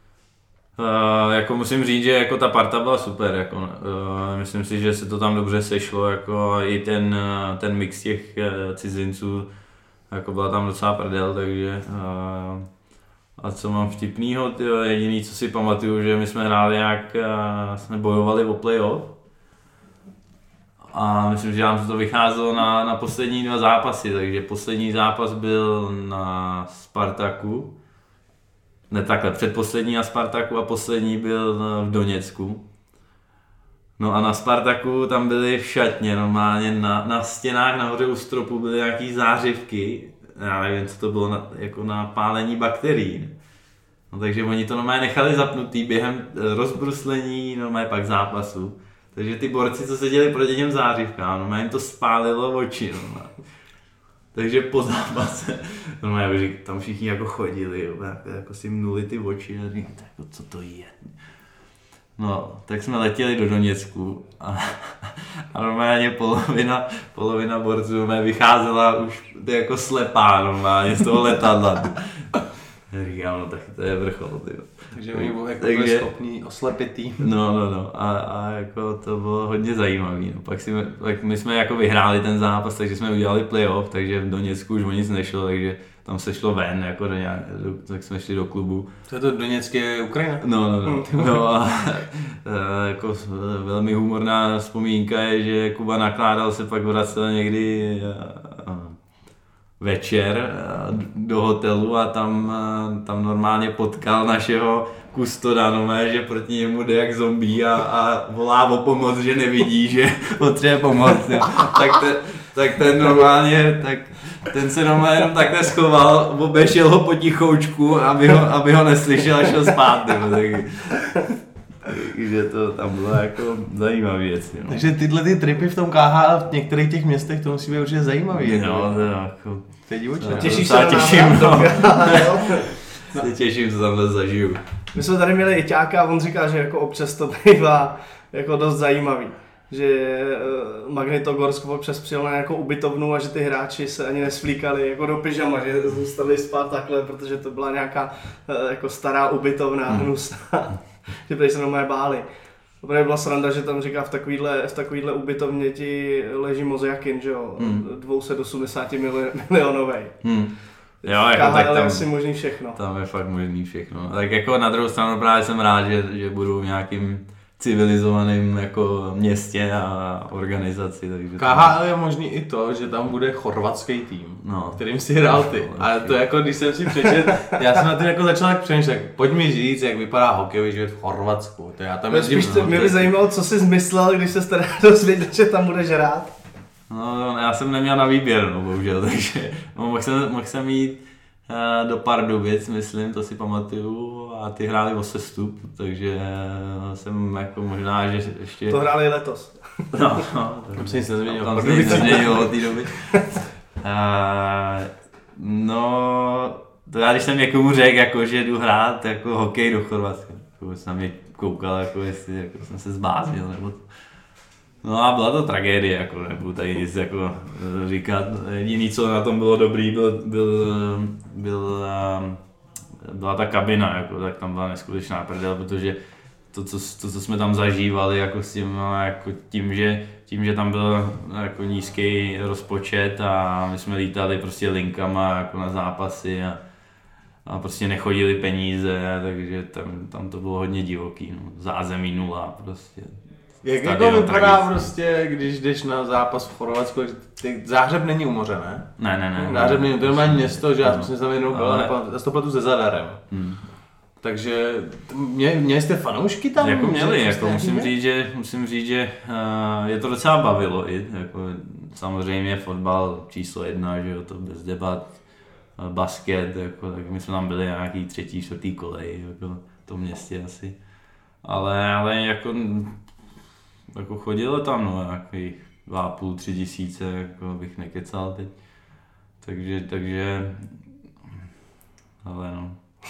Jako musím říct, že jako ta parta byla super, jako, myslím si, že se to tam dobře sešlo, jako i ten mix těch cizinců, jako byla tam docela prdel, takže A co mám vtipnýho, tyjo, jediný, co si pamatuju, že my jsme hráli nějak, jsme bojovali o playoff. A myslím, že nám to vycházelo na poslední 2 zápasy, takže poslední zápas byl na Spartaku. Ne takhle, předposlední na Spartaku a poslední byl v Doněcku. No a na Spartaku tam byly v šatně, normálně na stěnách nahoře u stropu byly nějaký zářivky. Já nevím, co to bylo, jako na pálení bakterií. No takže oni to normálně nechali zapnutý během rozbruslení, normálně pak zápasu. Takže ty borci, co seděli proti těm zářivkám, normálně jim to spálilo oči. Normálně. Takže po zápase, normálně tam všichni jako chodili, jako si mnuli ty oči a říkali, jako, co to je. No, tak jsme letěli do Doněcku a normálně polovina borců vycházela už jako slepá normálně z toho letadla. Říkám, no tak to je vrchol, tyjo. Takže oni byli schopní oslepit tým. No. A jako to bylo hodně zajímavý. No. Pak my jsme jako vyhráli ten zápas, takže jsme udělali playoff, takže v Doněcku už o nic nešlo, takže tam se šlo ven, jako tak jsme šli do klubu. To je to Doněcké Ukrajina? No a jako velmi humorná vzpomínka je, že Kuba nakládal se pak vracel někdy večer do hotelu a tam normálně potkal našeho kustoda, že proti němu jde jak zombie a volá o pomoc, že nevidí, že potřebuje pomoc. Tak ten normálně, ten se normálně jenom takhle schoval, obešel ho potichoučku, aby ho neslyšel a šel spát. Takže to tam bylo jako zajímavý věc. No. Takže tyhle ty tripy v tom KHL v některých těch městech, to musí být určitě zajímavý. No, to jako... To je divočné. Těšíš se těším, co tamhle zažiju. My jsme tady měli Iťáka a on říká, že jako občas to bývá jako dost zajímavý. Že Magnitogorsk občas přijel na nějakou ubytovnu a že ty hráči se ani nesvlíkali jako do pyžama, že zůstali spát takhle, protože to byla nějaká jako stará ubytovna hnusná. Že tady se normálně báli. Protože byla sranda, že tam říká v takovýhle ubytovně ti leží Mozajakin, že jo, 280 milionovej. Jo, jako tak tam, asi možný všechno. Tam je fakt možný všechno. Tak jako na druhou stranu právě jsem rád, že budu v nějakým civilizovaném jako městě a organizaci. Takže KHL je možný i to, že tam bude chorvatský tým, kterým si hrál ty. A to jako, když jsem si přečetl, já jsem na tím jako začal tak přemýšlet, pojď mi říct, jak vypadá hokejový život v Chorvatsku. To já tam jezdím. Mě by zajímalo, co jsi zmyslel, když se teda dozvěděl, že tam budeš hrát. No, já jsem neměl na výběr, bohužel, takže mohl jsem jít do Pardubic, myslím, to si pamatuju, a ty hráli o sestup, takže jsem jako možná, že ještě... To hráli letos. No, tam se nic nezměnilo. Tam se nic nezměnilo od té doby. No, to já když jsem někomu řekl, jako, že jdu hrát jako hokej do Chorvatska, jako jsem na mě koukal, jako jestli jako jsem se zbláznil, nebo to. No a byla to tragédie, jako nebudu tady nic jako říkat. Jediný, co na tom bylo dobrý, byla ta kabina, jako, tak tam byla neskutečná prdel, protože to, co jsme tam zažívali, jako s tím, jako tím, že tam byl jako nízký rozpočet a my jsme lítali prostě linkama jako na zápasy a prostě nechodili peníze, takže tam to bylo hodně divoký, no. Zázemí 0 prostě. Jak jako vypadá prostě, když jdeš na zápas v Chorvatsku, Záhřeb není u moře, ne? Ne. Záhřeb není, to je normální město, že já jsem tam jednou byl, ale to pletu se Zadarem. Takže měli jste fanoušky tam? Jako měli, jako musím říct, že je to docela bavilo i, jako samozřejmě fotbal číslo 1, že jo, to bez debat, basket, jako, tak my jsme tam byli nějaký 3., 4. kolej, jako v tom městě asi, ale jako chodilo tam nějakých 2,5–3 tisíce, jako bych nekecal teď, takže ale no.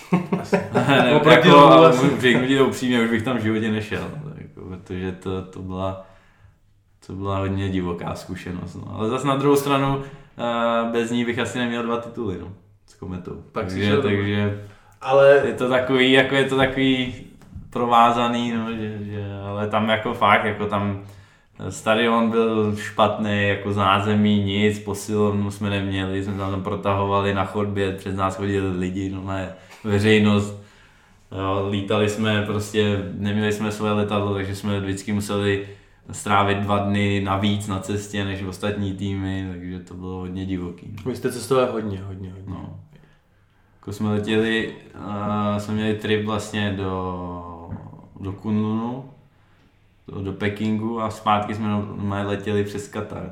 Řeknu ti to upřímně, už bych tam v životě nešel, jako, protože to byla hodně divoká zkušenost, no. Ale zase na druhou stranu bez ní bych asi neměl 2 tituly, no, s Kometou, takže ale je to takový provázaný, no, ale tam jako fakt, jako tam stadion byl špatný, jako zázemí, nic, posilovnu jsme neměli, jsme tam protahovali na chodbě, před nás chodili lidi, no, veřejnost. Jo, lítali jsme prostě, neměli jsme své letadlo, takže jsme vždycky museli strávit 2 dny navíc na cestě než ostatní týmy, takže to bylo hodně divoký. Vy jste cestovali hodně. No. Jako jsme letěli, jsme měli trip vlastně do Kunlunu, do Pekingu a zpátky jsme letěli přes Katar.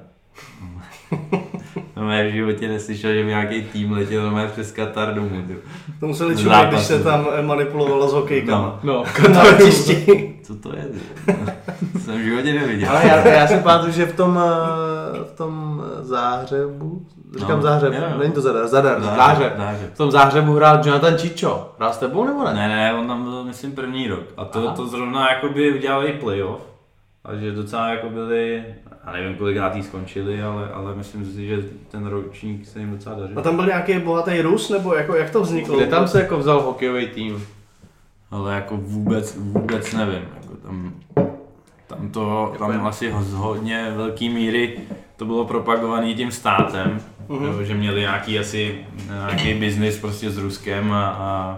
V životě neslyšel, že by nějaký tým letěl přes Katar domů. To museli čumět, když se tam manipulovalo s hokejkama. No. Na letišti. Co to je? Jsem v životě neviděl. Ale já si pamatuju, že v tom Záhřebu, říkám Záhřeb, není to Zadar. V tom Záhřebu hrál Jonathan Čičo. Hrál s tebou nebo ne? Ne, on tam byl myslím první rok. A to zrovna jakoby udělali playoff. A že docela jako byli, já nevím kolikátý skončili, ale myslím si, že ten ročník se jim docela dařil. A tam byl nějaký bohatý Rus, nebo jako, jak to vzniklo? Kde tam se jako vzal hokejový tým? Ale jako vůbec nevím. Jako tam asi z hodně velký míry to bylo propagovaný tím státem, jo, že měli nějaký biznis prostě s Ruskem a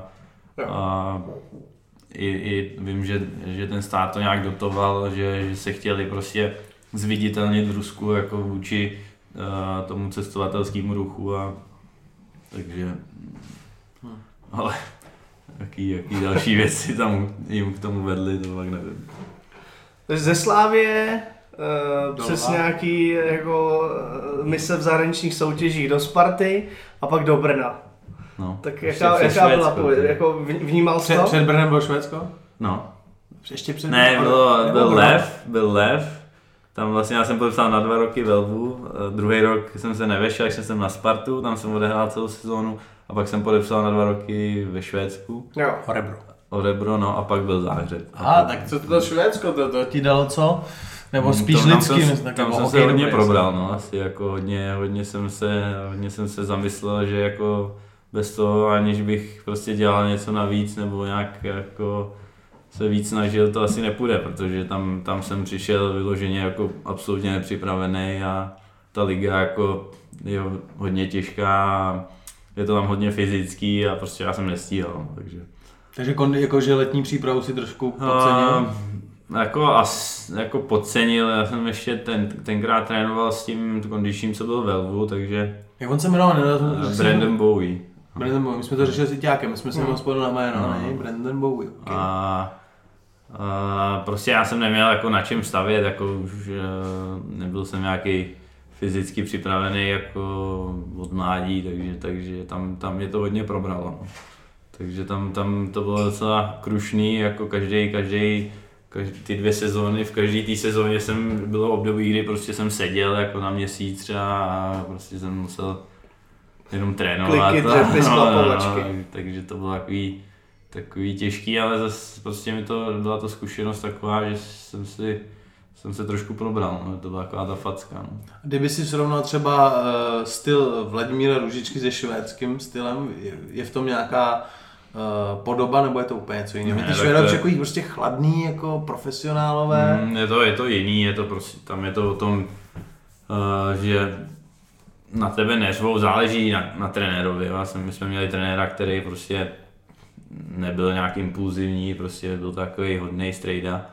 i vím, že ten stát to nějak dotoval, že se chtěli prostě zviditelnit v Rusku jako vůči tomu cestovatelskému ruchu takže ale jaký další věci tam jim k tomu vedly, to tak nevím. Ze Slávie přes nějaký jako mise v zahraničních soutěžích do Sparty a pak do Brna. No, tak jaká byla to? Jako vnímal jsi to? Před Brnem bylo Švédsko? No. Ještě před Ne, byl Lev. Tam vlastně já jsem podepsal na 2 roky ve Lvu, druhý rok jsem se nevešel, šel jsem na Spartu, tam jsem odehrál celou sezónu a pak jsem podepsal na 2 roky ve Švédsku. Jo. Orebro, no a pak byl Záhřeb. Tak co to Švédsko, to ti dalo co? Nebo spíš lidský? Tam jsem se hodně probral, no, asi jako hodně jsem se zamyslel, že jako bez toho, aniž bych prostě dělal něco navíc nebo nějak jako se víc snažil, to asi nepůjde, protože tam jsem přišel vyloženě jako absolutně nepřipravený a ta liga jako je hodně těžká, je to tam hodně fyzický a prostě já jsem nestíhal, takže. Takže jakože letní přípravu si trošku podcenil? Jako podcenil, já jsem ještě tenkrát trénoval s tím kondičním, co byl ve Lvu, takže. Jak on se jmenoval? Brandon Bowie. My jsme to řešili s Jiťákem, my jsme si ho spojili na jméno, ne? Brandon Bowie. Okay. Prostě já jsem neměl jako na čem stavět, jako už nebyl jsem nějaký fyzicky připravený jako od mládí, takže tam mě to hodně probralo. No. Takže tam to bylo docela krušný, jako každý ty 2 sezóny, v každé té sezóně bylo období, kdy prostě jsem seděl jako na měsíc třeba a prostě jsem musel jenom trénovat. Kliky, dřepy, sklapovačky. Takže to bylo takový těžký, ale zase prostě byla to zkušenost taková, že jsem se trošku probral, no, to byla taková ta facka. No. Kdyby si srovnal třeba styl Vladimíra Růžičky se švédským stylem, je v tom nějaká podoba, nebo je to úplně něco jiného? Ty Švédové takový prostě chladný, jako profesionálové. Je to jiný, tam je to o tom, že na tebe neřvou, záleží na trenérovi. My jsme měli trenéra, který prostě nebyl nějak impulzivní, prostě byl takový hodnej strejda.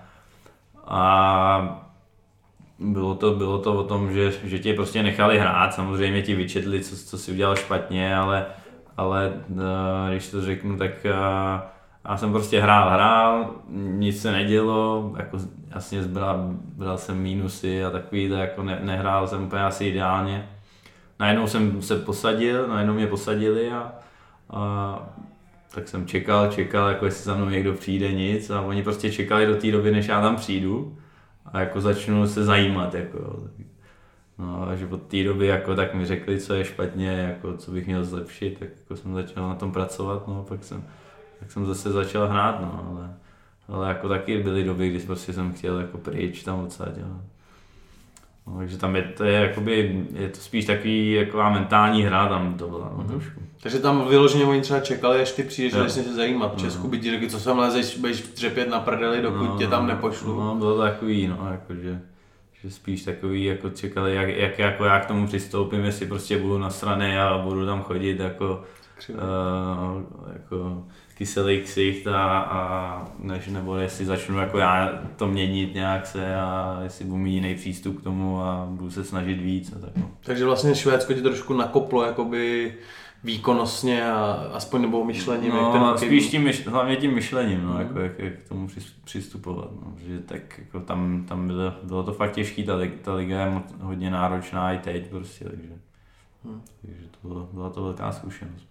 A bylo to o tom, že tě prostě nechali hrát, samozřejmě ti vyčetli, co si udělal špatně, ale když to řeknu, tak já jsem prostě hrál, nic se nedělo, jako jasně bral jsem mínusy a takovýhle, jako nehrál jsem úplně asi ideálně. Najednou jsem se posadil, najednou mě posadili a tak jsem čekal, jako jestli za mnou někdo přijde, nic a oni prostě čekali do té doby, než já tam přijdu a jako začnu se zajímat, jako. No a že od té doby jako tak mi řekli, co je špatně, jako co bych měl zlepšit, tak jako jsem začal na tom pracovat, no pak jsem zase začal hrát, no ale jako taky byly doby, kdy prostě jsem chtěl jako pryč tam odsaď, no, takže tam je to spíš taková mentální hra, tam to byla trošku. Takže tam vyloženě oni třeba čekali, až ty přijdeš, že se zajímat. V Česku by ti řekli, co sem lezeš, budeš třepět na prdeli, dokud tě tam nepošlu. No, bylo to takový, no, jakože že spíš takový, jako čekali, jak já k tomu přistoupím, jestli prostě budu nasranej a budu tam chodit, jako jako kyselý ksicht a nebo jestli začnu jako já to měnit nějak se a jestli budu mít jiný přístup k tomu a budu se snažit víc a tak. No. Takže vlastně Švédsko ti trošku nakoplo jakoby výkonnostně a aspoň nebo myšlením. No, spíš hlavně tím myšlením, no, jako jak k tomu přistupovat. No. Že tak jako tam bylo to fakt těžký, ta liga je hodně náročná i teď prostě, takže byla to velká zkušenost.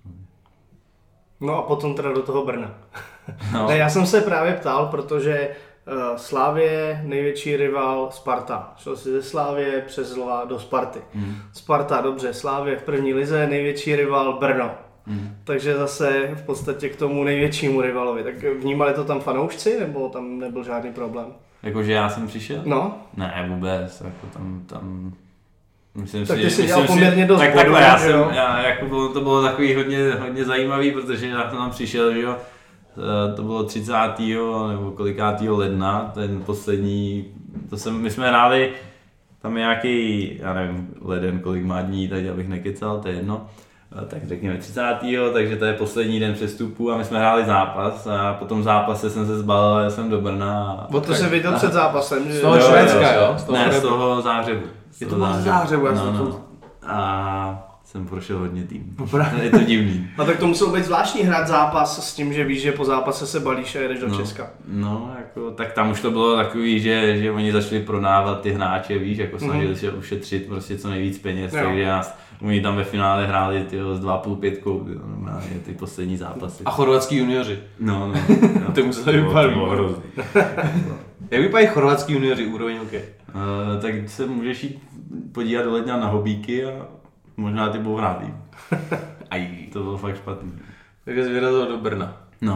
No a potom teda do toho Brna. No. Ne, já jsem se právě ptal, protože Slavie, největší rival Sparta. Šel si ze Slavie přes Lva do Sparty. Sparta, dobře, Slavie v první lize, největší rival Brno. Takže zase v podstatě k tomu největšímu rivalovi. Tak vnímali to tam fanoušci, nebo tam nebyl žádný problém? Jakože já jsem přišel? No. Ne, vůbec, jako tam myslím tak si, ty jsi dělal poměrně dost bodů, takhle, já jako to bylo takový hodně zajímavý, protože já jsem tam přišel, že jo, to bylo 30. nebo kolikátýho ledna, ten poslední, my jsme hráli, tam je nějaký, já nevím, leden, kolik má dní, tak abych nekecal, to je jedno, tak řekněme 30. takže to je poslední den přestupu a my jsme hráli zápas a po tom zápase jsem se zbalil a jel jsem do Brna. Bo to jsem viděl před zápasem, že? Z toho Švédska, jo? Ne, z toho Záhřebu. Je to z Záhřebu, já jsem to... A jsem prošel hodně tým. Je to divný. A tak to muselo být zvláštní hrát zápas s tím, že víš, že po zápase se balíš a jedeš do Česka. No, jako, tak tam už to bylo takový, že oni začali prodávat ty hráče, víš, jako snažili se ušetřit prostě co nejvíc peněz, takže oni tam ve finále hráli s 2,5-5, normálně ty poslední zápasy. A chorvatský junioři. No. Ty museli vypadat hrozný. Jak vypadají chorvatský junioři úroveň hokej? Tak se můžeš jít podívat do Ledňa na hobíky a možná ty budou hrát jim. To bylo fakt špatný. Takže jsi vyrazil do Brna.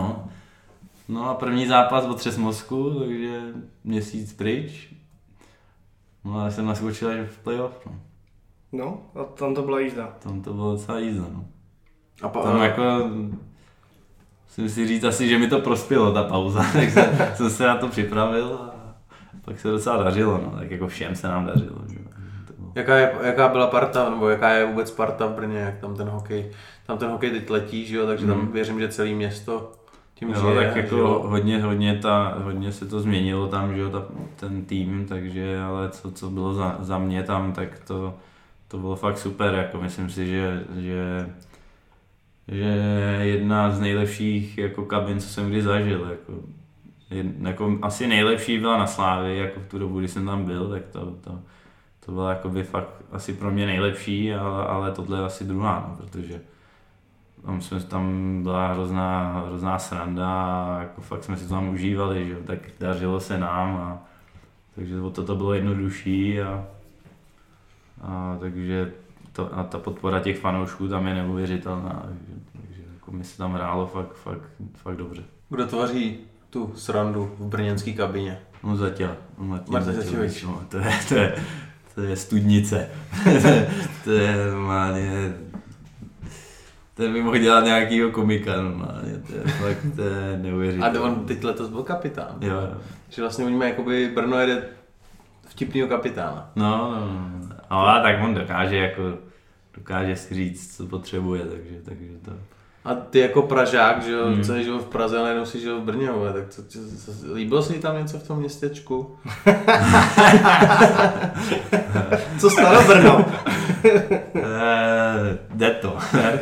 No a první zápas otřes mozku, takže měsíc pryč. No a jsem naskočil až v playoff. No a tam to byla jízda. Tam to bylo docela jízda, no. A tam jako... Musím si říct asi, že mi to prospělo, ta pauza, takže jsem se na to připravil a pak se docela dařilo, no. Tak jako všem se nám dařilo. Že? Jaká byla parta, nebo jaká je vůbec parta v Brně, jak tam ten hokej teď letí, že jo, takže tam věřím, že celé město tím žije. Tak jako hodně se to změnilo tam, že jo, ten tým, takže, ale co bylo za mě tam, tak to bylo fakt super, jako myslím si, že jedna z nejlepších jako kabin, co jsem kdy zažil, jako asi nejlepší byla na Slávii, jako v tu dobu, kdy jsem tam byl, tak to byla jakoby fakt asi pro mě nejlepší, ale tohle je asi druhá, no, protože tam byla hrozná sranda a jako fakt jsme si to tam užívali, že? Tak dařilo se nám takže to bylo jednodušší a takže ta podpora těch fanoušků tam je neuvěřitelná, takže jako mi se tam hrálo fakt dobře. Kdo tvoří tu srandu v brněnské kabině? No Zatěl. Martin Zatěvič. No, to je studnice. To je normálně... Ten by mohl dělat nějakýho komika normálně, to je neuvěřitelné. A on teď letos byl kapitán. Jo. Že vlastně oni mají jakoby Brno jede vtipnýho kapitána. No, ale tak on dokáže si říct, co potřebuje, takže to... A ty jako Pražák, že jo, celý žil v Praze, ale jenom si žil v Brně, tak líbilo se ti tam něco v tom městečku? Co stalo Brno? Jde to,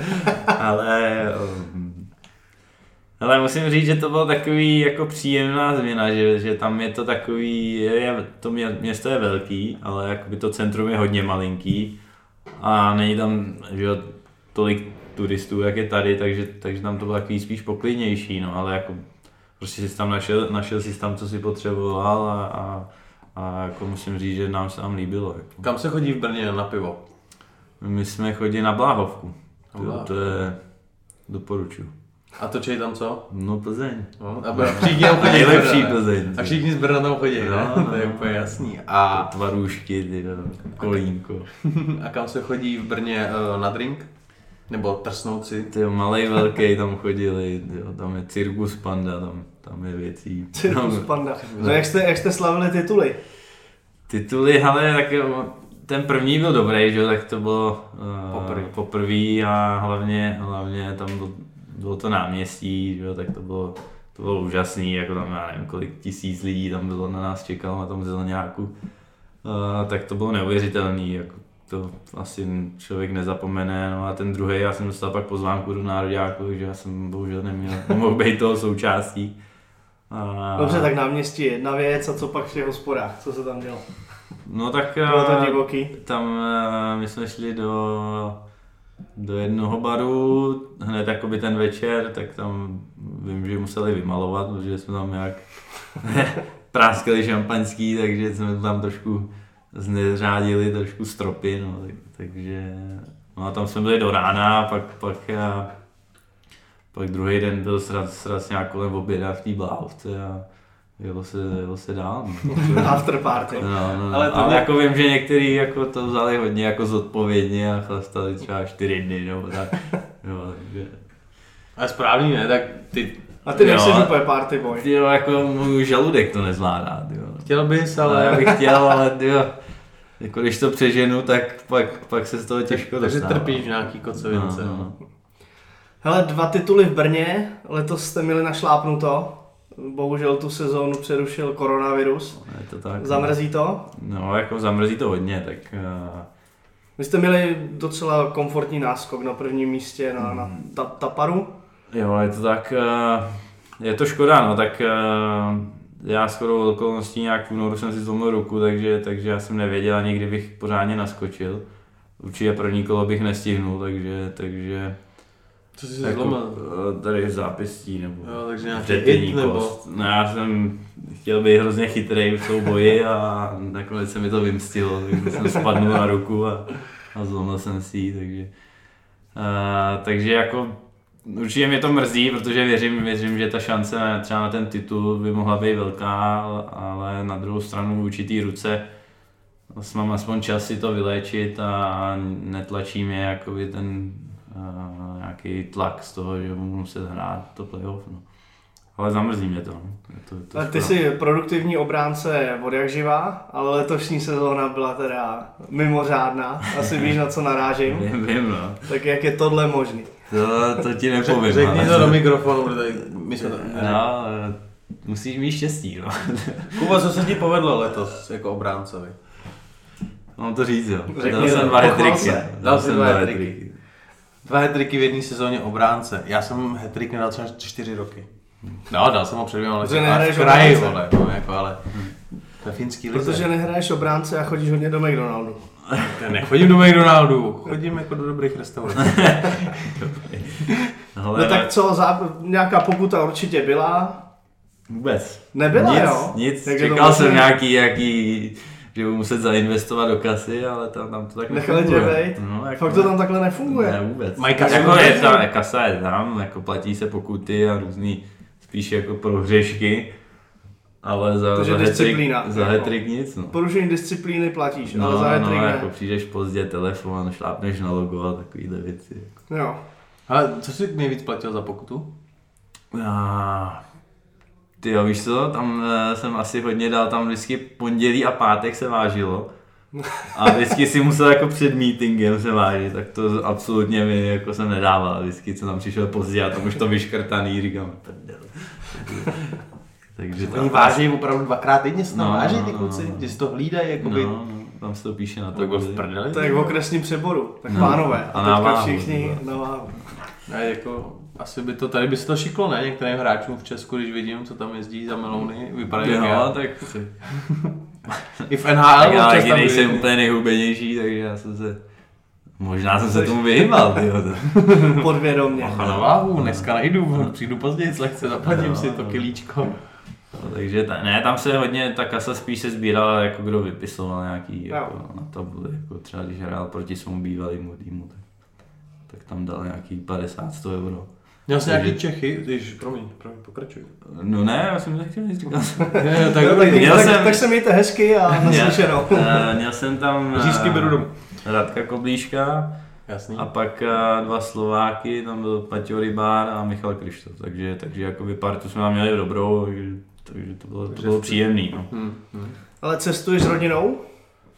ale musím říct, že to bylo takový jako příjemná změna, že tam je to takový, to město je velký, ale jakoby to centrum je hodně malinký a není tam, že jo, tolik turistů, jak je tady, takže tam to bylo takový spíš poklidnější, no, ale jako prostě jsi tam našel jsi tam, co si potřeboval a jako musím říct, že nám se tam líbilo. Jako. Kam se chodí v Brně na pivo? My jsme chodili na Bláhovku, to je, doporučuji. A točej tam co? No Plzeň. No, a všichni tam chodí nejlepší Plzeň. A všichni z Brna tam chodí, no, to je úplně jasný. A tvarůžky, kolínko. A kam se chodí v Brně na drink? Nebo Trsnouci? Ty malej, velký tam chodili, jo, tam je Cirkus Panda, tam je věcí. Cirkus Panda. No jak jste slavili tituly? Tituly, ale tak ten první byl dobrý, že tak to bylo poprvé a hlavně tam bylo to náměstí, že tak to bylo úžasný, jako tam já nevím kolik tisíc lidí tam bylo na nás čekalo na tom Zeleňáku, tak to bylo neuvěřitelný, jako to asi člověk nezapomene, no a ten druhý, já jsem dostal pak pozvánku do nároďáku, takže já jsem bohužel nemohl být toho součástí. Dobře, tak náměstí je jedna věc a co pak v těch hospodách, co se tam dělo? No tak bylo to divoký. Tam my jsme šli do jednoho baru, hned jakoby ten večer, tak tam vím, že museli vymalovat, protože jsme tam nějak práskali šampaňský, takže jsme tam trošku zneřádili trošku stropy, no, takže no a tam jsme byli do rána, pak druhý den byl sraz nějak kolem oběda v té Bláhovce a jelo se dál. No. After party. No. Ale jako vím, že někteří jako to vzali hodně jako zodpovědně a chlastali třeba 4 dny nebo tak. Jo, takže... A správný, ne? Tak ty... A ty nejsi úplně party boy. Jo, jako můj žaludek to nezvládá, jo. Chtěl bys, ale... Já bych chtěl, ale jo. Jako když to přeženu, tak pak se z toho těžko dostává. Takže trpíš v nějaký kocovince. No. Hele, 2 tituly v Brně, letos jste měli našlápnuto. Bohužel tu sezónu přerušil koronavirus. Je to tak. Zamrzí to? No, jako zamrzí to hodně, tak... Vy jste měli docela komfortní náskok na prvním místě na Taparu. Jo, je to tak... Je to škoda, no, tak... Já shodou okolností nějak v únoru jsem si zlomil ruku, takže já jsem nevěděl ani kdy bych pořádně naskočil. Určitě první kolo bych nestihnul, takže co jsi jako, zlomil? Tady zápěstí nebo takže nějaký hit, nebo... No, já jsem chtěl být hrozně chytrý v souboji a nakonec se mi to vymstilo, takže jsem spadnul na ruku a zlomil jsem si ji, takže jako určitě mě to mrzí, protože věřím, že ta šance třeba na ten titul by mohla být velká, ale na druhou stranu v určitý ruce mám aspoň čas si to vyléčit a netlačí mě jakoby ten nějaký tlak z toho, že budu muset hrát to playoff. No. Ale zamrzí mě to. A ty jsi produktivní obránce od jak živá, ale letošní sezóna byla teda mimořádná. Asi víš, na co narážím. Vím, no. Tak jak je tohle možný? To ti nepovím. Řekni to do mikrofonu, protože my jsme to... No, musíš mít štěstí, no. Kuba, co se ti povedlo letos jako obráncovi? Mám to říct, jo. Dal jsem 2 hat-tricky. Dal jsem 2 hat-tricky. 2 hat-tricky v jedné sezóně obránce. Já jsem hat-trick nedal třeba 4 roky. No, dal jsem ho před 2 lety. Nehraješ v kraji, obránce. vole, no, jako, ale ve finský lize. Protože nehraješ obránce a chodíš hodně do McDonaldu. Já nechodím do McDonaldu, chodím jako do dobrých restaurací. No tak co, nějaká pokuta určitě byla? Vůbec. Nebyla, nic, jo? Nic, Jak čekal jsem nějaký, že budu muset zainvestovat do kasy, ale tam to tak nefunguje. Nechali tě bejt? No, jako fakt to tam takhle nefunguje? Ne, vůbec. Mají kasu, jako je ta kasa je tam, jako platí se pokuty a různý spíš jako prohřešky, ale za hat-trick nic. No. Porušení disciplíny platíš, ale za hat-trick ne. Jako přijdeš pozdě, telefon, šlápneš na logo a takovýhle věci. Jako. Jo. Ale co jsi nejvíc platil za pokutu? Tyjo, víš co, tam jsem asi hodně dal, tam vždycky pondělí a pátek se vážilo. A vždycky si musel jako před meetingem se vážit, tak to absolutně mi jako jsem nedával. Vždycky co tam přišel pozdě a tam už to vyškrtaný, říkám, prdel. Takže oni váží opravdu 2krát týdně, se tam váží ty kluci, že si to hlídají, jakoby. No, tam se to píše na to. To je jak v okresním přeboru, tak pánové. A na váhu. Všichni na váhu. A jako, asi by to, tady by se to šiklo, ne? Některým hráčům v Česku, když vidím, co tam jezdí za melouny, vypadají jak já. Tak i v NHL já taky nejsem úplně nejhubenější, takže já jsem se... Možná jsem se tomu vyhýbal, tyjo. Podvědomě. Macha na váhu, dneska nejdu, přijdu později, lehce zaplatím si to kilíčko. No, takže tam se hodně, ta kasa spíš se sbírala, jako kdo vypisoval nějaký jako, na tabuli, jako třeba když hrál proti svému bývalému týmu, tak tam dal nějaký 50-100 euro. Měl jsi nějaký Čechy, promiň, pokračuj. No ne, já jsem nechtěl nic říkat. Tak se mějte hezky a naslyšenou. Měl jsem tam Řízky beru domů. Radka Koblíška. Jasný. A pak 2 Slováky, tam byl Paťo Rybár a Michal Krištof, takže jakoby partu jsme tam měli dobrou, takže to bylo příjemný. No. Ale cestuješ s rodinou?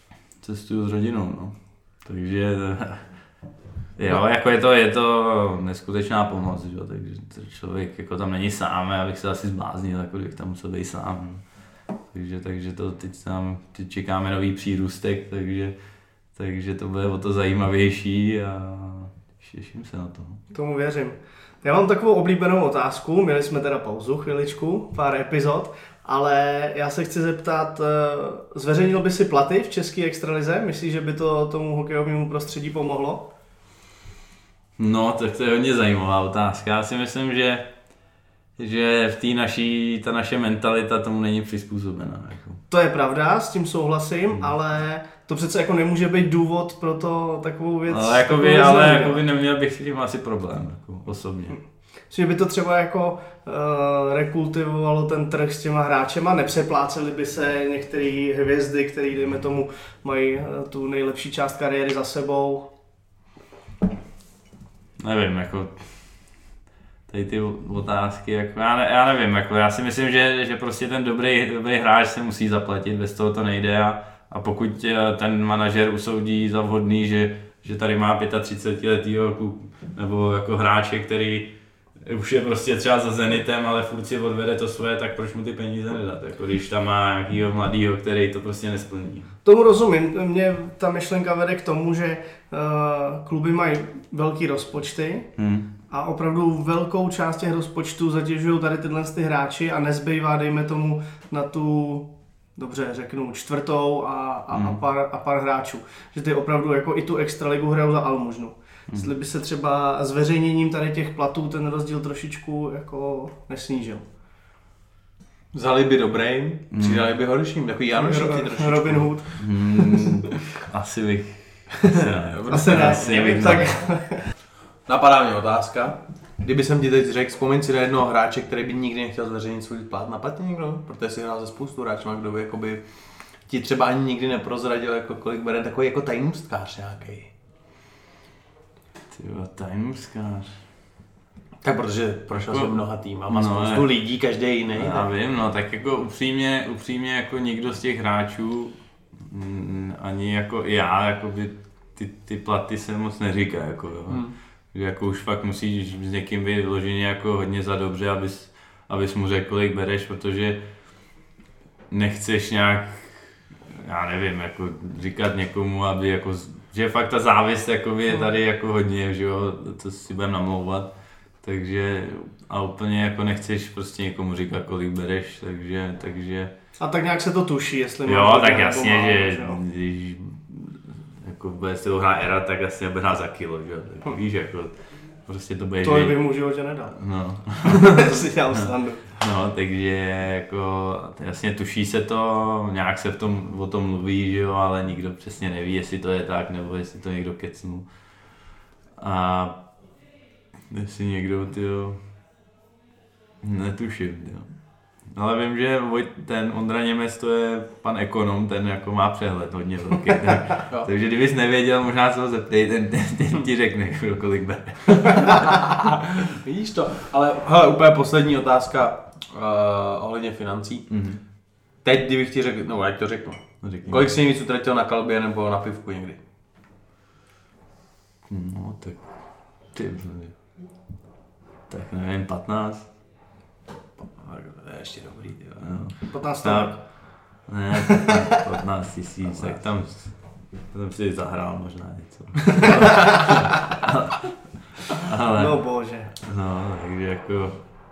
cestuju s rodinou, no. Takže jo, jako je to neskutečná pomoc, jo, takže člověk jako tam není sám, já bych se asi zbláznil, jako kdybych tam musel být sám. Takže to teď čekáme nový přírůstek, takže to bude o to zajímavější a těším se na to. Tomu věřím. Já mám takovou oblíbenou otázku, měli jsme teda pauzu chviličku, pár epizod, ale já se chci zeptat, zveřejnil by si platy v české extralize? Myslíš, že by to tomu hokejovému prostředí pomohlo? No, tak to je hodně zajímavá otázka. Já si myslím, že v ta naše mentalita tomu není přizpůsobená. Jako. To je pravda, s tím souhlasím, ale to přece jako nemůže být důvod pro to takovou věc. Ale neměl bych s tím asi problém, jako osobně. Že by to třeba jako rekultivovalo ten trh s těma hráčema, nepřepláceli by se některé hvězdy, které dejme tomu mají tu nejlepší část kariéry za sebou. Nevím, jako tady ty otázky, jako já nevím, jako já si myslím, že prostě ten dobrý hráč se musí zaplatit, bez toho to nejde a pokud ten manažer usoudí za vhodný, že tady má 35letýho nebo jako hráče, který už je prostě třeba za Zenitem, ale furt si odvede to svoje, tak proč mu ty peníze nedat, jako když tam má nějakýho mladýho, který to prostě nesplní. Tomu rozumím, mě ta myšlenka vede k tomu, že kluby mají velký rozpočty a opravdu velkou část těch rozpočtů zatěžují tady tyhle hráči a nezbývá, dejme tomu, na tu, dobře řeknu, čtvrtou a pár hráčů. Že ty opravdu jako i tu extraligu hrajou za almužnu. Jestli by se třeba zveřejněním tady těch platů ten rozdíl trošičku jako nesnížil. Vzali by dobrým, přidali by horším, takový Janošek trošičku. Robin Hood. Asi bych. Asi ne. Tak. Napadá mě otázka. Kdyby jsem ti teď řekl, vzpomeň si na jednoho hráče, který by nikdy nechtěl zveřejnit svůj plat, napadne někdo? Protože si hrál ze spoustu hráčů, kdo by jakoby ti třeba ani nikdy neprozradil, jako kolik bere, takový jako tajnůstkář nějaký. Tyjo, tajnůstkář. Tak protože prošel jsem mnoha týma, má spoustu lidí, každý jiný. Já vím, no tak jako upřímně jako nikdo z těch hráčů, ani jako já, jako by ty platy se moc neříká, jako jo. Že jako už fakt musíš s někým být vyloženě jako hodně za dobře, abys mu řekl, kolik bereš, protože nechceš nějak, já nevím, jako říkat někomu, aby jako, že fakt ta závist jako je tady jako hodně, že jo, to si budeme namlouvat, takže a úplně jako nechceš prostě někomu říkat, kolik bereš, takže... A tak nějak se to tuší, jestli jo, máš tak jasně, že když jako bude se to hrát era, tak jasně bude hrát za kilo, že jo, tak víš, jako prostě to bude... To bych mu v životě nedal. No. To si dělám standu. No, takže jako jasně tuší se to, nějak se o tom mluví, že jo, ale nikdo přesně neví, jestli to je tak, nebo jestli to někdo kecnul. A jestli někdo, tyjo, netuším, tyjo. Ale vím, že ten Ondra Němec, to je pan ekonom, ten jako má přehled hodně velký. Takže kdybys nevěděl, možná se ho zeptej, ten ti řekne, kolik bere. Vidíš to, ale hele, úplně poslední otázka ohledně financí. Teď, kdybych ti řekl, no ať to řeknu. Kolik jsi nejvíc utratil na kalbě nebo na pivku někdy? No, tak nevím, 15. To je ještě dobrý, tyjo. No. 15 tak. Ne, 15 000, tak tam jsem si zahrál možná něco. Ale, no bože. No, takže jako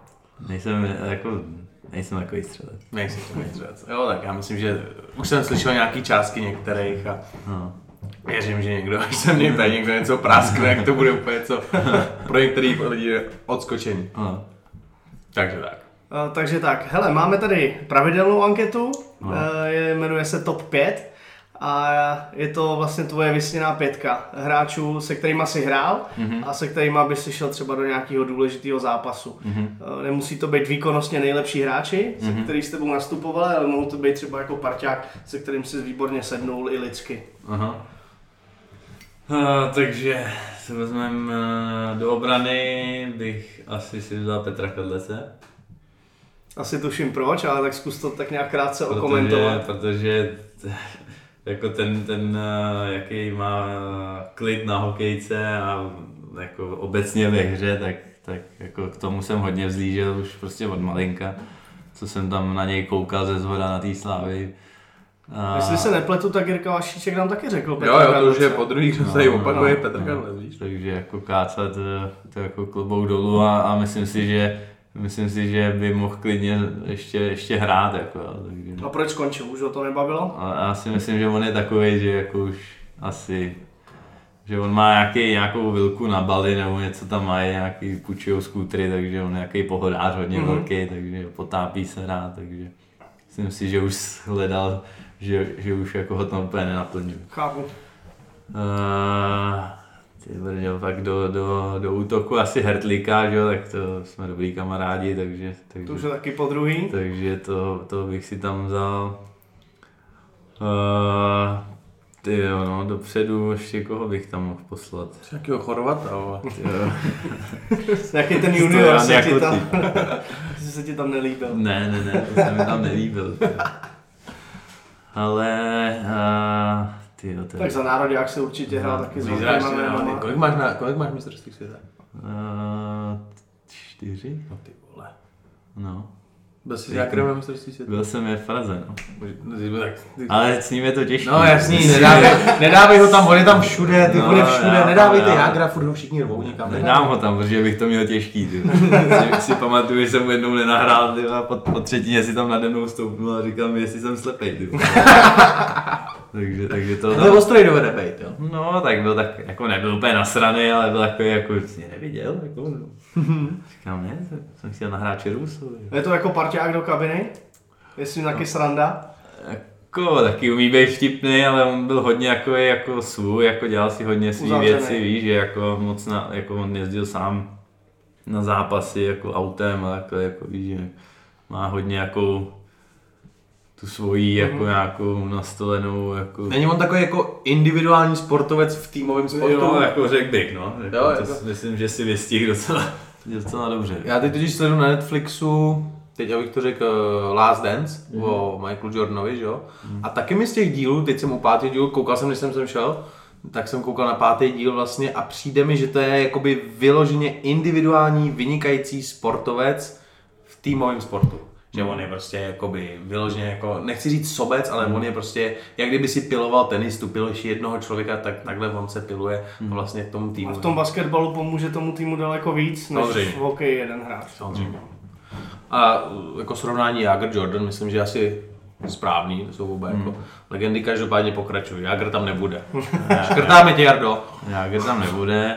nejsem takový střelec. Nejsi takový střelec. Jo, tak já myslím, že už jsem slyšel nějaký částky některých a věřím, že někdo, až se mě tady někdo něco práskne, jak to bude úplně co pro některých lidí odskočení. Takže tak. Takže tak, hele, máme tady pravidelnou anketu, jmenuje se Top 5 a je to vlastně tvoje vysněná 5 hráčů, se kterýma jsi hrál a se kterýma bys si šel třeba do nějakého důležitého zápasu. Nemusí to být výkonnostně nejlepší hráči, se kterými s tebou nastupovali, ale mohou to být třeba jako parťák, se kterým jsi výborně sednul i lidsky. Takže se vezmeme do obrany, bych asi si vzal Petra Kadlece. Asi tuším proč, ale tak zkus to tak nějak krátce okomentovat. Protože jako ten jaký má klid na hokejce a jako obecně ve hře, tak jako k tomu jsem hodně vzlížel už prostě od malinka, co jsem tam na něj koukal ze zhora na té Slávy. Jestli se nepletu, tak Jirka Vašíček nám taky řekl. Jo, to už je po druhý, kdo se jí opakuje, Petr Kadlec, víš. Takže jako kácat to jako klobouk dolů a myslím si, že by mohl klidně ještě hrát. Jako, takže. A proč skončil? Už ho to nebavilo? A já si myslím, že on je takový, že jako už asi, že on má nějakou vilku na Bali nebo něco tam má, nějaký půjčujou skútry, takže on je nějaký pohodář hodně velký, takže potápí se rád, takže myslím si, že už hledal, že už jako ho tam úplně nenaplňuje. Chápu. Ty brďo, pak do útoku asi Hertlíka, že jo, tak to jsme dobrý kamarádi, takže to už je taky po druhý. Takže to bych si tam vzal. Ty jo, no, dopředu ještě koho bych tam mohl poslat. Nějakýho Chorvata, ale. Jaký ten junior se ti tam nelíbil. Ne, to se mi tam nelíbil. Ale tyjo, tak za národák se určitě hrál taky s velkýma jménama. Kolik máš mistrovství světa? 4. No ty vole. No. Byl jsi nějakým na mistrovství světa? Byl jsem je v Praze, no. Ale s ním je to těžké. No jasný, nedávej ho tam, on je tam všude, ty vole všude, nedávejte Jágra, furt ho všichni rvou nikam. Nedám ho tam, protože bych to měl těžký, ty. si pamatuju, že jsem mu jednou nenahrál, ty, a po třetině si tam nade mnou stoupnul a říkal mi, jestli jsem slepej, ty. Takže to... To je ostroj dovede bejt, jo? No, tak byl tak, jako nebyl úplně nasraný, ale byl takový, jako, mě neviděl, jako, no. Říkám, ne, jsem chtěl nahrát Červusovi. Je to jako parťák do kabiny? Jestli taky sranda? Jako, taky umí být vtipný, ale on byl hodně jako svůj, jako dělal si hodně svý věci, víš, že jako moc jako on jezdil sám na zápasy, jako autem a takhle, jako víš, že má hodně jako tu svoji jako nějakou nastolenou jako... Není on takový jako individuální sportovec v týmovém sportu? Jo, jako řekl bych, no. Jo, jako... Myslím, že si vystihl docela dobře. Já teď totiž sleduju na Netflixu, teď abych to řekl, Last Dance o Michaelu Jordanovi, že jo? A taky mi z těch dílů, teď jsem u 5. dílu, koukal jsem, když jsem sem šel, tak jsem koukal na 5. díl vlastně a přijde mi, že to je jakoby vyloženě individuální, vynikající sportovec v týmovém sportu. Že on je prostě jakoby vyloženě jako, nechci říct sobec, ale on je prostě, jak kdyby si piloval tenistu, piluješ jednoho člověka, tak takhle on se piluje vlastně k tomu týmu. A v tom basketbalu pomůže tomu týmu daleko víc, než v hokeji jeden hráč. Samozřejmě. A jako srovnání Jágr-Jordan, myslím, že asi správný, to jsou oba jako legendy, každopádně pokračují. Jágr tam nebude. Škrtáme tě, Jardo. Jágr tam nebude.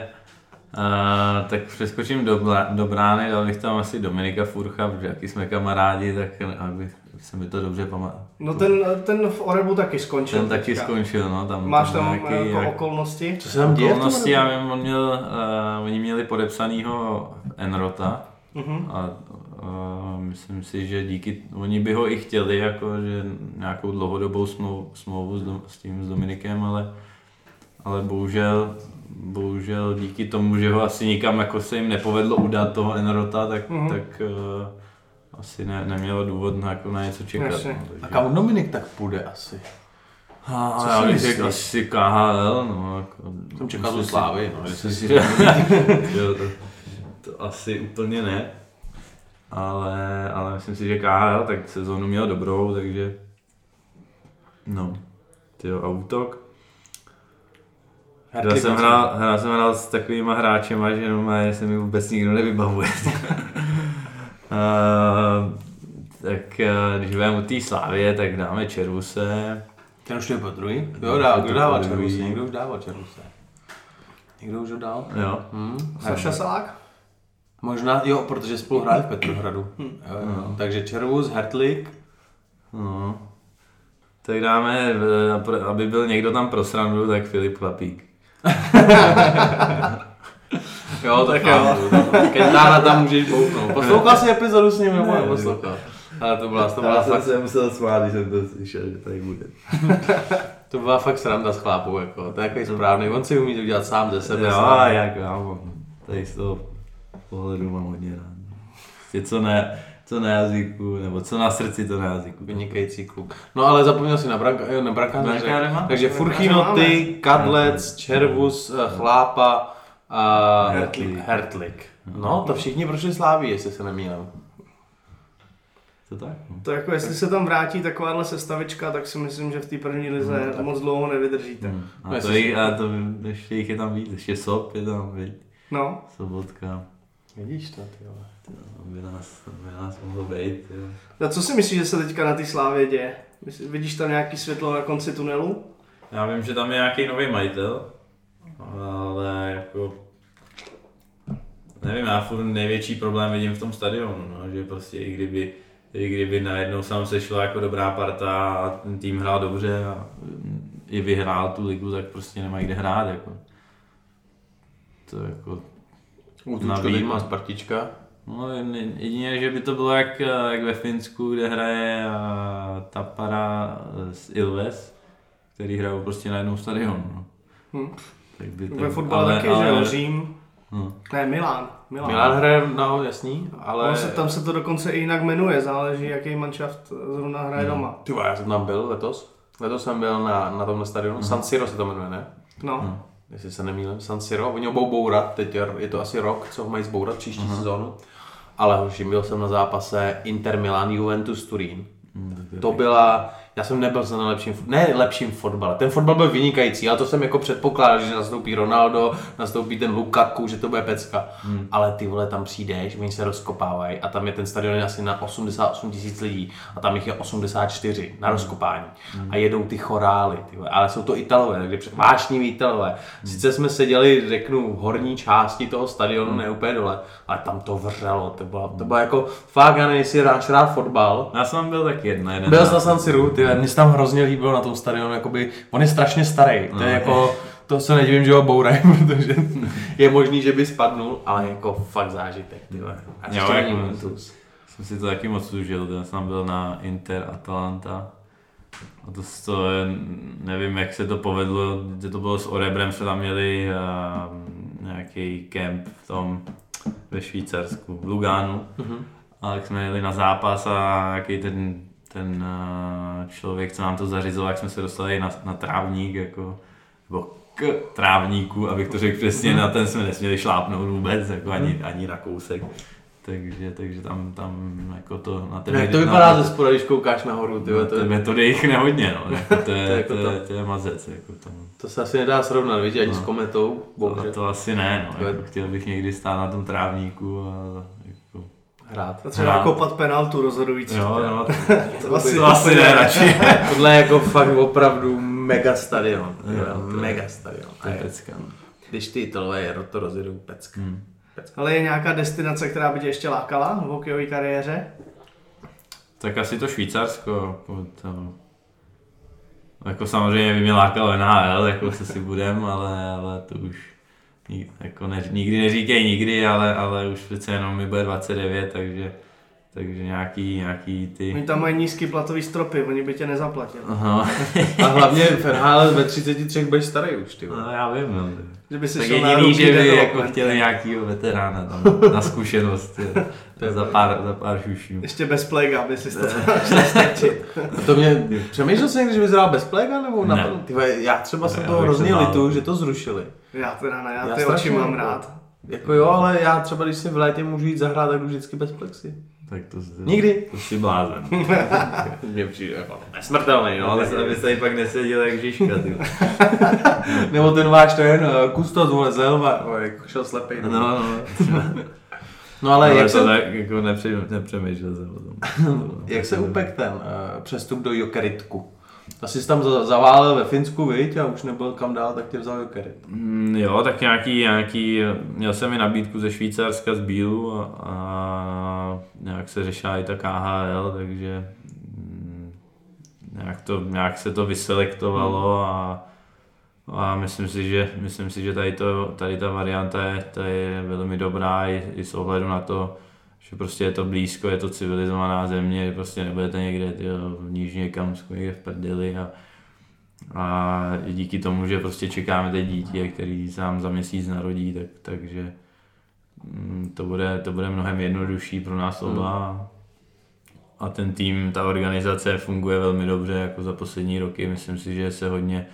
Tak přeskočím do brány, dal bych tam asi Dominika Furcha, protože jaký jsme kamarádi, tak aby se mi to dobře pamatoval. No ten v Orebu taky skončil. Ten taky skončil, no. Máš tam jako okolnosti? Co se tam děje? Okolnosti, já vím, oni měli podepsanýho Enrota a myslím si, že oni by ho i chtěli, jako, že nějakou dlouhodobou smlouvu s Dominikem, ale bohužel díky tomu, že ho asi nikam jako se jim nepovedlo udat toho Enrota, tak asi nemělo důvod na něco čekat. No, a kam Dominik tak půjde asi? Já bych řekl asi KHL, no. Jako, jsem čekal do Slávy, no. To asi úplně ne. Ale myslím si, že KHL tak sezónu měl dobrou, takže no, tyjo, a útok. Já jsem hrál s takovýma hráčema, že se mi vůbec nikdo nevybavuje. Tak když budeme u té Slávě, tak dáme Červuse. Ten už je po druhý? Jo, kdo dával Červuse? Někdo už dával Červuse. Někdo už ho dal? Jo. Saša Salák? Možná, jo, protože spolu hráli v Petrohradu. Jo. Takže Červus, Hertlik. No. Tak dáme, aby byl někdo tam pro srandu, tak Filip Chlapík. Jo, tak jo. Kentána tam můžeš bouknout. Poslouchal jsi epizodu s ním nebo neposlouchal? Ale to byla fakt... jsem musel smát, když jsem to slyšel, že tady bude. To byla fakt sranda s chlápou, jako. To je takový správný. On si umí to udělat sám ze sebe. Jo, jak já tady z toho pohledu mám hodně rád. Co co na jazyku, nebo co na srdci, to na jazyku. Vynikající kluk. No ale zapomněl si na brankáře. Takže Furchino, ty, Kadlec, Červus, Chlápa a Hertlik. No, to všichni prošli Slávii, jestli se nemýlím. To tak? To jako jestli se tam vrátí takováhle sestavička, tak si myslím, že v té první lize moc dlouho nevydržíte. A to ještě jich je tam víc, ještě Sob je tam, viď? No. Sobotka. Vidíš to, ty vole. By nás mohlo být, jo. A co si myslíš, že se teďka na té Slávě děje? Vidíš tam nějaký světlo na konci tunelu? Já vím, že tam je nějaký nový majitel, ale jako... Nevím, já furt největší problém vidím v tom stadionu, no, že prostě i kdyby najednou sám sešla jako dobrá parta a ten tým hrál dobře a i vyhrál tu ligu, tak prostě nemají kde hrát, jako. To jako... Útočkový má Spartička. No jedině, že by to bylo jak ve Finsku, kde hraje Tappara z Ilves, který hrajou prostě na jednom stadionu. No. Tak by to... Ve fotbale taky, že jo, Řím. Ne, Milán. Milán hraje, no jasný, ale... No, tam se to dokonce i jinak jmenuje, záleží jaký manšaft zrovna hraje doma. Ty já jsem tam byl letos. Letos jsem byl na tomhle stadionu, San Siro se to jmenuje, ne? No. Jestli se nemýlím, San Siro, oni ho budou bourat, teď je to asi rok, co ho mají zbourat příští sezónu. Ale hoši, byl jsem na zápase Inter Milan Juventus Turín. To byla, já jsem nebyl na lepším fotbale, ten fotbal byl vynikající, ale to jsem jako předpokládal, že nastoupí Ronaldo, nastoupí ten Lukaku, že to bude pecka. Ale ty vole, tam přijdeš, oni se rozkopávají a tam je ten stadion asi na 88 000 lidí a tam jich je 84 na rozkopání. A jedou ty chorály, ty vole, ale jsou to Italové, takže vášniví Italové. Sice jsme seděli, řeknu, v horní části toho stadionu, ne úplně dole, ale tam to vřelo, to bylo jako, fakt, já nevím, jestli rád fotbal. Já jsem byl taky jeden. Byl na San Siru, mně se tam hrozně líbilo na tom stadionu, jakoby, on je strašně starý, to je jako, to se nedivím, že ho bourají, protože je možný, že by spadnul, ale jako fakt zážitek, tyhle. Jsem si to taky moc užil, já jsem byl na Inter Atalanta a to nevím, jak se to povedlo, že to bylo s Orebrem, jsme tam měli nějaký kemp ve Švýcarsku, v Lugánu, a tak jsme jeli na zápas a jaký ten člověk, co nám to zařizoval, jak jsme se dostali na trávník, jako, nebo k trávníku, abych to řekl přesně, na ten jsme nesměli šlápnout vůbec, jako ani na kousek. Takže tam jako to na tebe... Jak to vypadá ze spoda, když koukáš nahoru, tyhle, to je metody jich nehodně, no, jako to je mazec, jako tam. To se asi nedá srovnat, víš, ani s kometou, bohužel. To asi ne, no, jako chtěl bych někdy stát na tom trávníku a jako... Hrát. A třeba kopat penaltu rozhodující. Jo, to asi ne radši. Tohle je jako fakt opravdu mega stadion. Mega stadion. To je pecka. Když ty Italové to rozjedou, pecka. Ale je nějaká destinace, která by tě ještě lákala v hokejové kariéře? Tak asi to Švýcarsko. Jako samozřejmě by mě lákalo NHL, jako se si budem, ale to už jako nikdy neříkej nikdy, ale už přece jenom mi bude 29, takže nějaký ty... Oni tam mají nízký platový stropy, oni by tě nezaplatili. Aha. A hlavně v NHL ve 33 budeš starý už, ty. No já vím, no. Že by si tak šel jediný, že by jako chtěli nějakýho veterána tam na zkušenost, za pár šušů. Ještě bez playga, aby si to šli stačit. To mě, přemýšlel jsi někdy, že bys hrál bez playga, nebo napadl? Já třeba jsem toho hrozně litu, že to zrušili. Já teda ne, já ty oči mám rád. Jako jo, ale já třeba, když si v létě můžu jít zahrát, tak jdu vždycky bez plexi. Tak nikdy? To jsi blázen. Mně přijde jako nesmrtelný, no. Ale aby se tady pak neseděl jak Žižka, ty. Nebo ten váš ten kustos, vole, z Elva, jako šel slepej. No. No ale jak se... tak jako nepřemýšlel jsem o tom. Jak se upek ten přestup do Jokeritku? Asi jsi tam zaválel ve Finsku, viď, a už nebyl kam dál, tak tě vzal Jokerit. Jo, tak nějaký, měl jsem i nabídku ze Švýcarska z Bílu a nějak se řešila i ta KHL, takže nějak se to vyselektovalo a myslím si, že tady ta varianta je velmi dobrá i s ohledem na to, že prostě je to blízko, je to civilizovaná země, prostě nebudete někde v Nížní někam, někde v prdeli a díky tomu, že prostě čekáme teď dítě, který se nám za měsíc narodí, takže to bude mnohem jednodušší pro nás oba. a ten tým, ta organizace funguje velmi dobře jako za poslední roky. Myslím si, že se hodně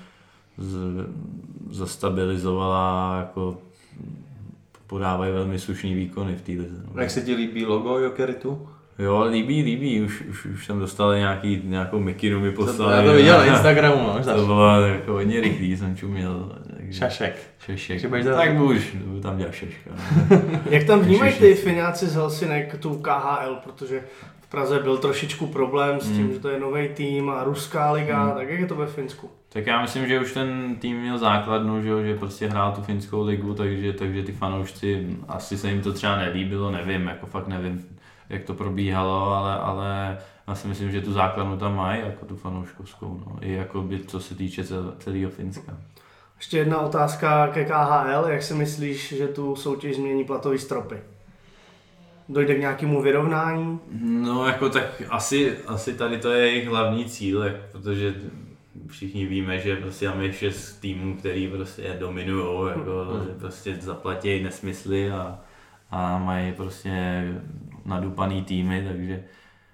zastabilizovala, jako podávají velmi slušný výkony v té lize. Jak se ti líbí logo Jokeritu? Jo, líbí, už jsem dostal nějakou mikinu mi poslali. Já to viděl na Instagramu, no. To bylo jako hodně rychlý, jsem čuměl. Šašek. Tak už, budu tam dělat šeška. Jak tam vnímají ty Fiňáci z Helsinek tu KHL, protože v Praze byl trošičku problém s tím, že to je nový tým a ruská liga, tak jak je to ve Finsku? Tak já myslím, že už ten tým měl základnu, že prostě hrál tu finskou ligu, takže ty fanoušci, asi se jim to třeba nelíbilo, nevím, jako fakt nevím, jak to probíhalo, ale já si myslím, že tu základnu tam mají, jako tu fanouškovskou, no, i jako by, co se týče celého Finska. Ještě jedna otázka ke KHL, jak si myslíš, že tu soutěž změní platový stropy? Dojde k nějakému vyrovnání? No jako tak asi tady to je jejich hlavní cíl, protože všichni víme, že prostě máme 6 týmů, který prostě dominujou, jako prostě zaplatí nesmysly a mají prostě nadupaný týmy, takže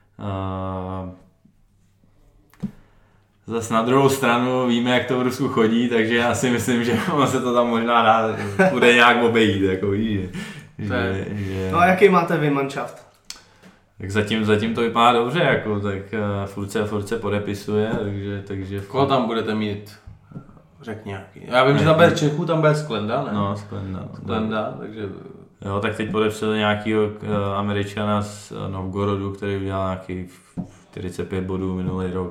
zase na druhou stranu víme, jak to v Rusku chodí, takže já si myslím, že se to tam možná bude nějak obejít, jako víš, že... No a jaký máte vy manšaft? Tak zatím to vypadá dobře, jako, tak furt se podepisuje, takže... Koho tam budete mít? Řek nějaký. Já vím, že tam bude Čechů, tam bude Sklenda, ne? No, Sklenda. No. Sklenda, takže... Jo, tak teď podepsali nějakýho Američana z Novgorodu, který udělal nějaký 45 bodů minulý rok.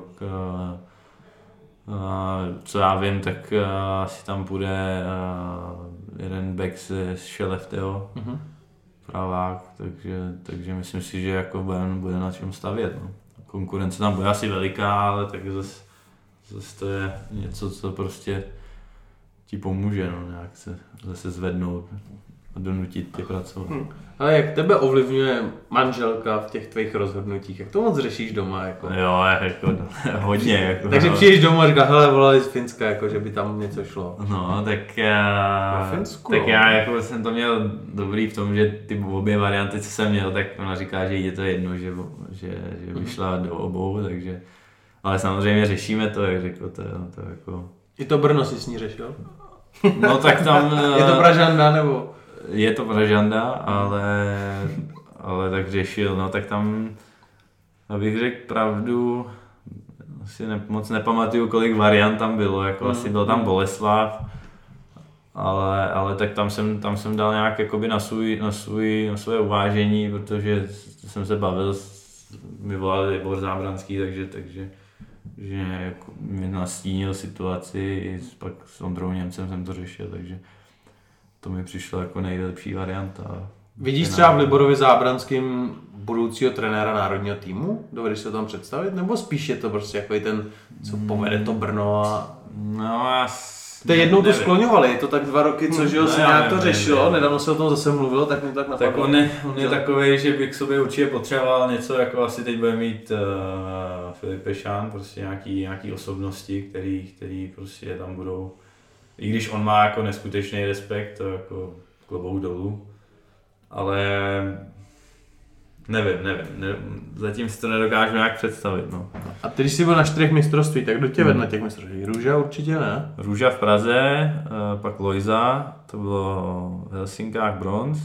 Co já vím, tak asi tam půjde jeden back z Šelefteho, pravák, takže myslím si, že jako bude na čem stavět. No. Konkurence tam bude asi veliká, ale tak zase to je něco, co prostě ti pomůže, no, nějak se zase zvednout a donutit tě pracovat. Ale jak tebe ovlivňuje manželka v těch tvých rozhodnutích? Jak to moc řešíš doma? Jako? Jo, jako hodně. Jako, takže přijdeš domů a říkáš, hele, volali z Finska, jako, že by tam něco šlo. No, tak já jako jsem to měl dobrý v tom, že ty obě varianty, co jsem měl, tak ona říká, že je to jedno, že by šla do obou, takže... Ale samozřejmě řešíme to, jak řekl, to jako... I to Brno si s ní řešil? No tak tam... Je to Pražanda, nebo? Je to Pražanda, ale tak řešil, no tak tam, abych řekl pravdu, asi moc nepamatuju, kolik variant tam bylo, jako asi byl tam Boleslav, ale tak tam jsem dal nějak jakoby na svoje uvážení, protože jsem se bavil, mi volal Libor Zábranský, takže že jako mi nastínil situaci, pak s Ondrou Němcem jsem to řešil, takže to mi přišlo jako nejlepší varianta. Vidíš třeba v Liborovi Zábranským budoucího trenéra národního týmu? Dovedeš se tam představit? Nebo spíš je to prostě jako ten, co povede to Brno a... No to jednou to skloňovali, je to tak 2 roky, co žil se nějak to řešilo, nedávno se o tom zase mluvilo, tak mi to tak napadlo. Tak on je takovej, že bych k sobě určitě potřeboval něco, jako asi teď bude mít Filip Pešán, prostě nějaký osobnosti, který prostě tam budou. I když on má jako neskutečný respekt, to jako klobouk dolů, ale nevím, zatím si to nedokážu nějak představit. No. A ty, když jsi byl na 4 mistrovství, tak kdo tě vedl na těch mistrovství? Růža určitě ne? Růža v Praze, pak Lojza, to bylo v Helsinkách bronz,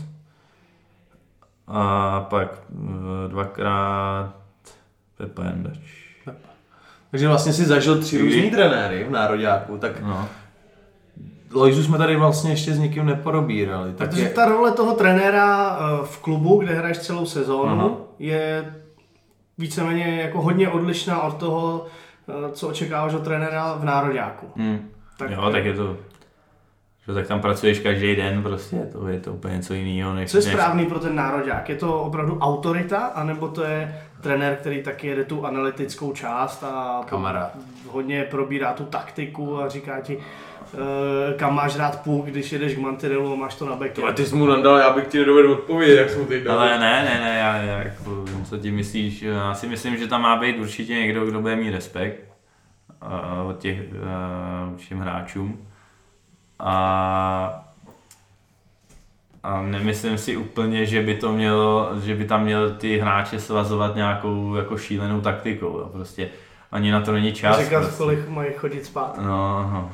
a pak 2krát Pepa Jandač. Takže vlastně si zažil 3 různý trenéry v nároďáku, tak no. Lojzu jsme tady vlastně ještě s nikým neporobírali. Protože ta role toho trenéra v klubu, kde hraješ celou sezónu, je víceméně jako hodně odlišná od toho, co očekáváš od trenéra v nároďáku. Tak, jo, tak je to, že tak tam pracuješ každý den, prostě je to úplně něco jiného. Co je správný pro ten nároďák? Je to opravdu autorita, anebo to je trenér, který taky jede tu analytickou část a hodně probírá tu taktiku a říká ti, kam máš rád puk, když jedeš k mantinelu a máš to na beku. A ty jsi mu nadal, já bych ti nedovedl odpovědět, jak jsem teď dal. Ale ne, já jako, co ti myslíš, já si myslím, že tam má být určitě někdo, kdo bude mít respekt od těch všem hráčům. A A nemyslím si úplně, že by tam měl ty hráče svazovat nějakou jako šílenou taktikou, jo. Prostě ani na to není čas. Říkat, prostě. kolik mají chodit spát. No.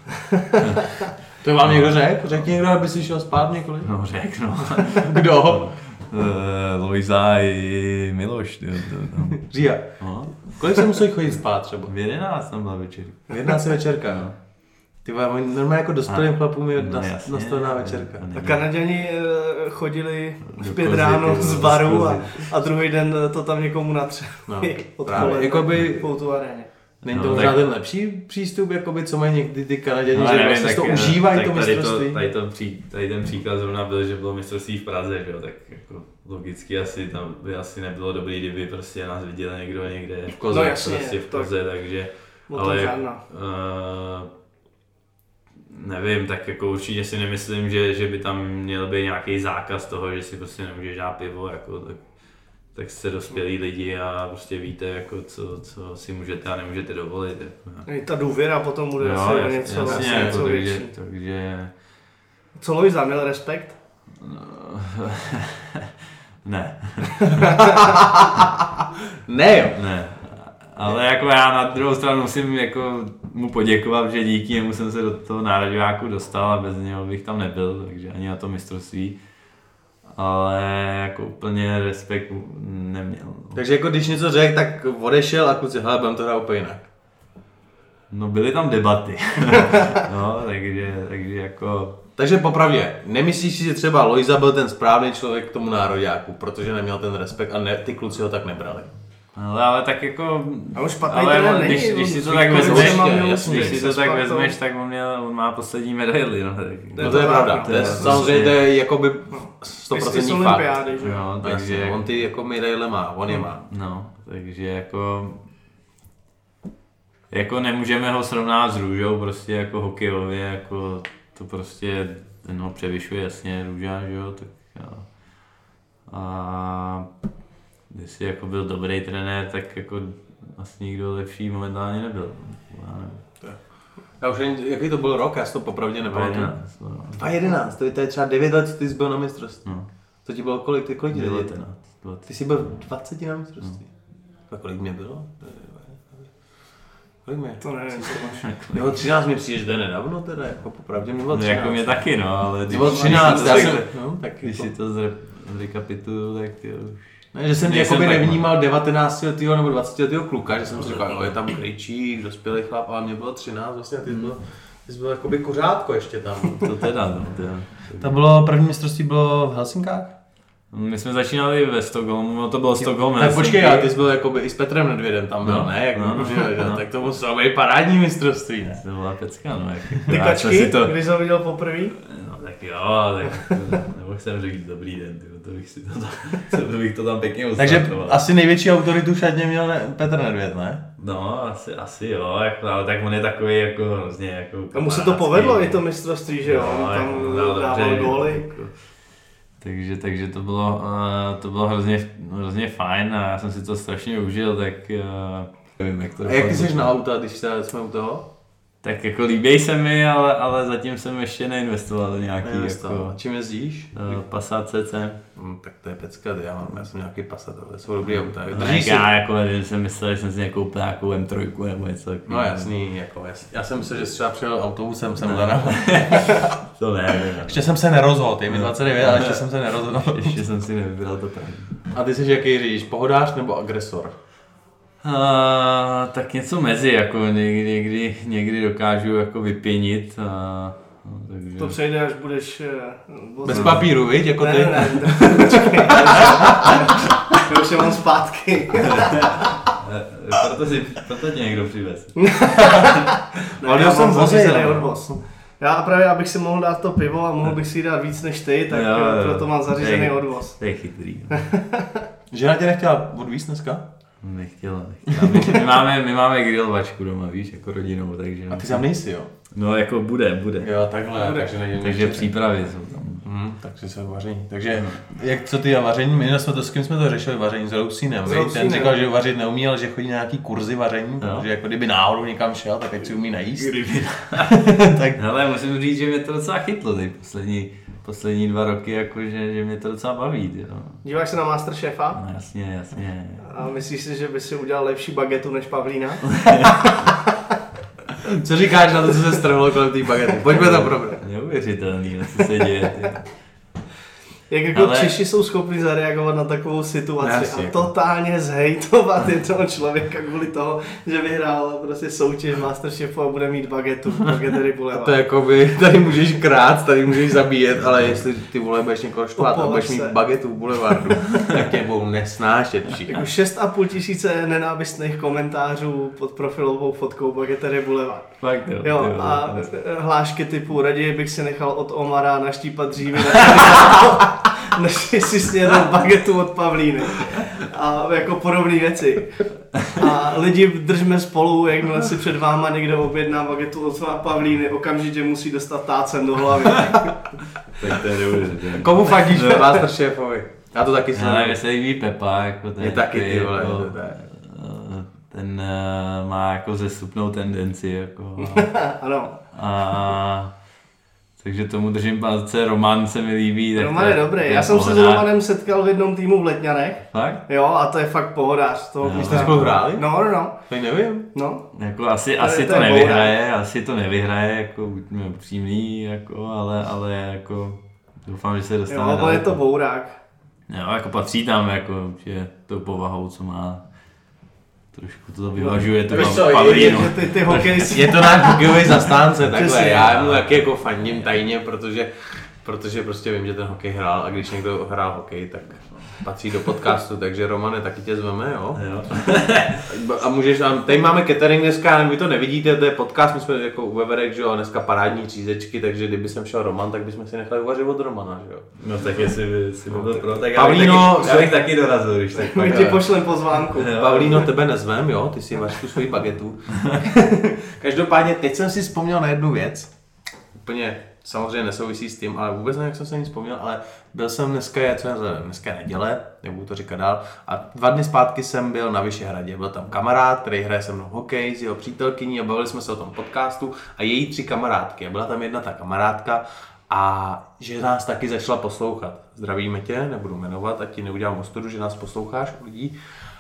To vám někdo řekl? Řekni někdo, aby si šel spát několik? No řeknu. Kdo? Lojza i Miloš. Říja. No. Kolik se musí chodit spát třeba? V 11 tam byla večer. V 11 večerka, no. Ty vole, oni normálně jako dospělým chlapům je nastavená večerka. A Kanaďani chodili v 5 kozy, ráno ty z vole, baru z kozy. a druhý den to tam někomu natřeli. No, Odpoledne právě. Jakoby- po tu aréně. Není No, to možná tak- ten lepší přístup, jakoby, co mají někdy ty Kanaděni, No, že nevím, vlastně si to tak, užívají tak to mistrovství? Tady ten příklad zrovna byl, že bylo mistrovství v Praze, že jo, tak jako logicky asi tam by asi nebylo dobrý, kdyby prostě nás viděl někdo někde v Koze, no, jasně, prostě v Koze, takže ale žádná. Nevím, tak jako určitě si nemyslím, že by tam měl být nějaký zákaz toho, že si prostě nemůžeš dát pivo, jako, tak jste dospělí lidi a prostě víte, jako, co si můžete a nemůžete dovolit. Jako, I ta důvěra potom bude jo, asi jasně, něco, jasně, asi jako, něco větší. takže Co Lojza, měl respekt? ne. Ne jo. Ne. Ale jako já na druhou stranu musím jako mu poděkovat, že díky němu jsem se do toho nároďáku dostal a bez něho bych tam nebyl, takže ani na to mistrovství. Ale jako úplně respekt neměl. No. Takže jako když něco řekl, tak odešel a kluci, hele, budem to hrát úplně jinak. No byly tam debaty. No, takže jako... Takže popravdě, nemyslíš si, že třeba Lojza byl ten správný člověk k tomu nároďáku, protože neměl ten respekt a ty kluci ho tak nebrali? Ale tak jako... A už špatný trenér není. Když si to on tak s vezmeš, Vítorem měl jasně, když si se to tak Spartou. vezmeš, tak on má poslední medaili. No, tak, No to je pravda, to je samozřejmě to je jakoby 100% fakt. Olympiády, že? jo, No, takže... jasně, on ty jako medaile má, on je má. No, takže jako nemůžeme ho srovnávat s Růžou, prostě jako hokejově, jako to prostě ten ho převyšuje jasně Růža, že jo, tak jo. A jestli jako byl dobrý trenér, tak jako asi nikdo lepší momentálně nebyl. Já nevím. Já už jen, jaký to byl rok, já si to popravdě nepamatuju. 2011, no. 2011, to je třeba 9 let, co ty jsi byl na mistrovství. No. To ti bylo kolik, ty kolik ti bylo? 19. Ty jsi byl 20 na mistrovství. A kolik mě bylo? Kolik mě? To nevím, co máš. Jo, 13 mi přijdeš den nedávno teda, jako popravdě mi bylo No 13. jako mě taky, no, ale To když, bylo 13, já jsem, no, tak když jako, si to zrekapituluju, tak ty už... ne, že jsem tě nejsem jakoby tak- nevnímal 19letýho nebo 20letýho kluka, že jsem si říkal, jo, je tam Krejčík, dospělý chlap, ale mě bylo 13, vlastně ty jsi byl jakoby kuřátko ještě tam. To teda, no, teda. To bylo, první mistrovství bylo v Helsinkách? My jsme začínali ve Stockholmu, no to bylo Stockholm. Tak počkej, ale ty jsi byl jakoby i s Petrem Nedvědem tam byl, No, ne? Jak no, no. tak to muselo být parádní mistrovství, ne? To byla pecka, no. Ty Já jsem kačky, si to, když jsi ho viděl poprvé? no tak jo, tak nemohl jsem říct dobrý den, tyjo, to bych to tam pěkně Takže odstartoval. asi největší autoritu v šatně měl Petr Nedvěd, ne? No, asi jo, jako, ale tak on je takový jako hrozně jako... A mu se to kamarádský. povedlo i to mistrovství, že jo? No, On jako, tam dal dával dobře, góly. jako. Takže to bylo hrozně fajn a já jsem si to strašně užil, tak nevím, jak to A jak ty dopadlo. jsi na auta, když jsme u toho? Tak jako líbí se mi, ale zatím jsem ještě neinvestoval do nějaký jako Čím jezdíš? Passat CC. Tak to je pecka, já jsem nějaký Passat, ale jsou dobrý auta. Tak Držíš si? já jako jsem myslel, že jsem si koupil nějakou M3 nebo něco takového. No jasný, jako jasný. Já jsem myslel, že jsi třeba přijel autobusem sem za námi. To ne. Ještě jsem se nerozhodl, je mi 29, ale ještě jsem se nerozhodl. Ještě jsem si nevybral to pravý. A ty jsi jaký řidič, pohodář nebo agresor? Tak něco mezi, jako někdy dokážu jako vypěnit. Takže... To přejde, až budeš... Bez papíru, viď, jako ty? Ne, počkej. Já už je mám zpátky. Proto tě někdo přivez. Ne, já jsem zařízený odvoz. Já právě, abych si mohl dát to pivo a mohl bych si dát víc než ty, tak Jo. proto mám zařízený odvoz. To je chytrý. Žena tě nechtěla odvízt dneska? Nechtěla. My máme grilovačku doma, víš, jako rodinou, takže... A ty sám nejsi, jo? No jako bude. Jo, takhle, takže nevím. Takže přípravy jsou tam. Takže se vaření. Takže co ty a vaření? My s kým jsme to řešili, vaření s Rousínem. Ten říkal, že vařit neumí, ale že chodí na nějaký kurzy vaření, protože jako kdyby náhodou někam šel, tak ať si umí najíst. Tak. Hele, musím říct, že mě to docela chytlo ty poslední 2 roky, jakože, že mě to docela baví. Jo. Díváš se na Masterchefa? No, jasně. A myslíš si, že by si udělal lepší bagetu než Pavlína? Co říkáš na to, co se strhlo kolem té bagety? Pojďme to probrat. Neuvěřitelný, co se děje. Jak jako Češi jsou schopni zareagovat na takovou situaci a totálně zhejtovat jednoho člověka kvůli toho, že vyhrál prostě soutěž Masterchefu a bude mít bagetu, Bagetery Boulevard. To je jakoby, tady můžeš krát, tady můžeš zabíjet, ale jestli ty vole budeš někoho štvát a budeš mít bagetu v Boulevardu, tak tě budou nesnášet všichni. Jako 6,5 tisíce nenávistných komentářů pod profilovou fotkou Bagetery Boulevard. Fakt jo. A hlášky typu raději bych si nechal od Omara naštípat dříví než si snědl bagetu od Pavlíny a jako podobné věci. A lidi držme spolu, jakmile si před váma někdo objedná bagetu od Pavlíny, okamžitě musí dostat tácem do hlavy. Tak to je dobré. Komu fandíš ve Masterchefovi? Já to taky jsem. Ale se líbí Pepa, jako ten. Je taky ty vole, jako, ten má jako zestupnou tendenci, jako. Ano. Takže tomu držím palce, Roman se mi líbí. Roman je dobrý, já jsem se s Romanem setkal v jednom týmu v Letňanech. Fakt? Jo, a to je fakt pohodář. Vy jste spolu hráli? No. To nevím. No. Jako asi to nevyhraje, jako buďme upřímný, jako, ale jako doufám, že se dostane. Jo, ale je to bourák. Jo, jako patří tam, jako, že tou povahou, co má. Trošku to vyvažuje tu Pavlínu. Je to náš hokejový zastánce, takhle. Já mu taky jako fandím tajně, protože prostě vím, že ten hokej hrál a když někdo hrál hokej, tak patří do podcastu, takže Romane, taky tě zveme, jo? A můžeš nám, tady máme catering dneska, vy to nevidíte, to je podcast, my jsme jako u Veverek, že jo, dneska parádní řízečky, takže kdyby sem šel Roman, tak bychom si nechali uvařit od Romana, že jo? No tak jestli by si byl pro, tak Pavlíno, já bych taky dorazil, když tak. My ti pošlem pozvánku. Pavlíno, tebe nezvem, jo, ty si vař tu svoji bagetu. Každopádně, teď jsem si vzpomněl na jednu věc, úplně samozřejmě nesouvisí s tím, ale vůbec nevím, jak jsem se ní vzpomněl, ale byl jsem dneska je neděle, nebudu to říkat dál, a 2 dny zpátky jsem byl na Vyšehradě. Byl tam kamarád, který hraje se mnou hokej s jeho přítelkyní a bavili jsme se o tom podcastu a její 3 kamarádky. A byla tam jedna ta kamarádka a že nás taky začala poslouchat. Zdravíme tě, nebudu jmenovat, ať ti neudělám ostudu, že nás posloucháš u lidí.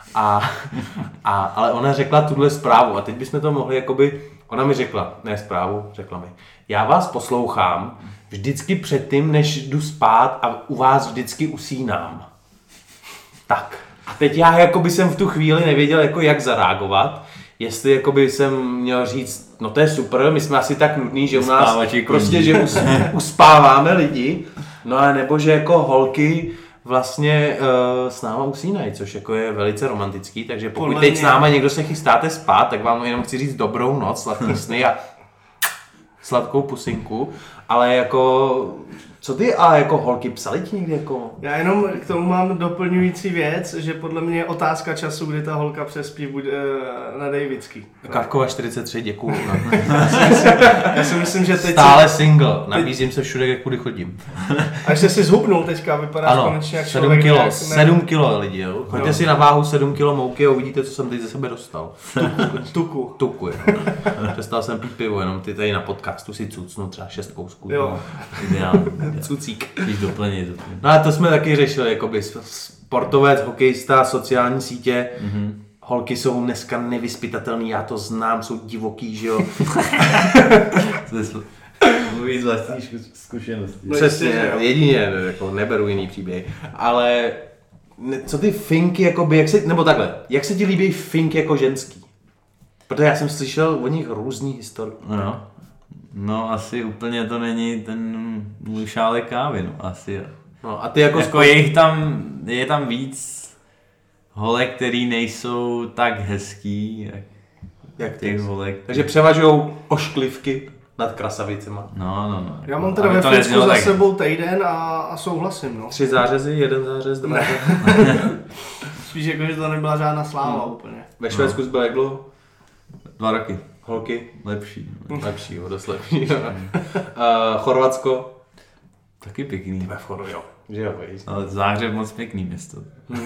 Ale ona řekla tuhle zprávu a teď bychom to mohli jakoby, ona mi řekla, ne zprávu, řekla mi, já vás poslouchám vždycky předtím, než jdu spát a u vás vždycky usínám. Tak. A teď já jakoby jsem v tu chvíli nevěděl, jako jak zareagovat, jestli jakoby jsem měl říct, no to je super, my jsme asi tak nudný, že u nás prostě, že uspáváme lidi, no a nebo že jako holky vlastně s náma usínají, což jako je velice romantický, takže pokud teď s náma někdo se chystáte spát, tak vám jenom chci říct dobrou noc, sladký sny a sladkou pusinku, ale jako, co ty a jako holky psali ti někdy jako? Já jenom k tomu mám doplňující věc, že podle mě je otázka času, kdy ta holka přespí na Davidský. Kávkova 43, děkuju. Já si myslím, že teď stále single, nabízím se všude, kudy chodím. A ještě si zhubnul teďka, vypadáš konečně jak 7 kilo, 7 kilo lidi, jo. Choďte si na váhu 7 kilo mouky a uvidíte, co jsem teď ze sebe dostal. Tuku, jo. Přestal jsem pít pivo, jenom ty tady na podcastu si cucnu třeba 6 kousků. Jo. Cucík. Když doplnit. No a to jsme taky řešili, jakoby sportovec, hokejista, sociální sítě. Holky jsou dneska nevyzpytatelný, já to znám, jsou divoký, že jo. Mluví z vlastní zkušenosti. Přesně, jedině, jako neberu jiný příběh. Ale co ty finky, jakoby, jak se ti líbí fink jako ženský? Protože já jsem slyšel o nich různý historky. No, asi úplně to není ten můj šálek kávy, no, asi. No, a ty jako je tam víc holek, který nejsou tak hezký, jak těch holek. Takže převažujou ošklivky nad krasavicema. No. Já mám teda ve Finsku za sebou týden a souhlasím, no. 3 zářezy, 1 zářez, 2 zářez. Spíš jako, že to nebyla žádná sláva úplně. Ve Švédsku jsi byl jak dlouho? 2 roky. Holky? Lepší, dost lepší. Chorvatsko? Taky pěkný. Ve Choru, jo. Že jo, Ale Záhřeb moc pěkný město.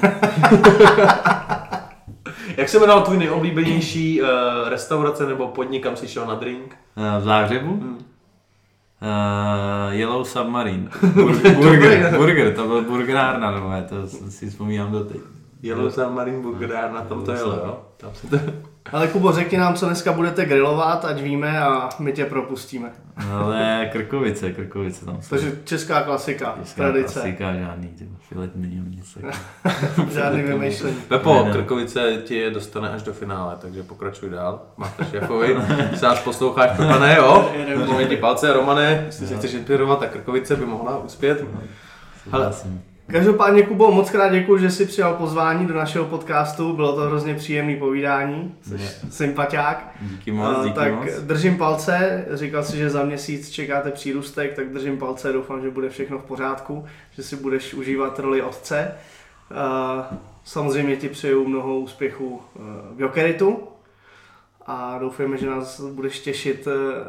Jak se jmenoval tvůj nejoblíbenější restaurace nebo podnik, kam jsi šel na drink? V Záhřebu? Yellow Submarine. Burger, to byl burgerárna, nebo to si vzpomínám doteď. Yellow Submarine burgerárna, tam to jelo, jo? Tam se to... Ale Kubo, řekni nám, co dneska budete grilovat, ať víme a my tě propustíme. Ale Krkovice tam jsou. Takže česká klasika, Česká tradice. klasika, žádný filet mignon, nic takového. Žádný vymýšlení. Pepo, Krkovice ti dostane až do finále, takže pokračuj dál. Masterchefovi, se nás posloucháš, Pepa, ne, jo? Držíme ti palce, Romane, jestli se chceš inspirovat, tak Krkovice by mohla uspět. Ale Každopádně, Kubo, moc krát děkuji, že jsi přijal pozvání do našeho podcastu, bylo to hrozně příjemný povídání, jsi sympatiák. Díky moc. Tak držím palce, říkal jsi, že za měsíc čekáte přírůstek, tak držím palce, doufám, že bude všechno v pořádku, že si budeš užívat roli otce. Samozřejmě ti přeju mnoho úspěchů v Jokeritu a doufujeme, že nás budeš těšit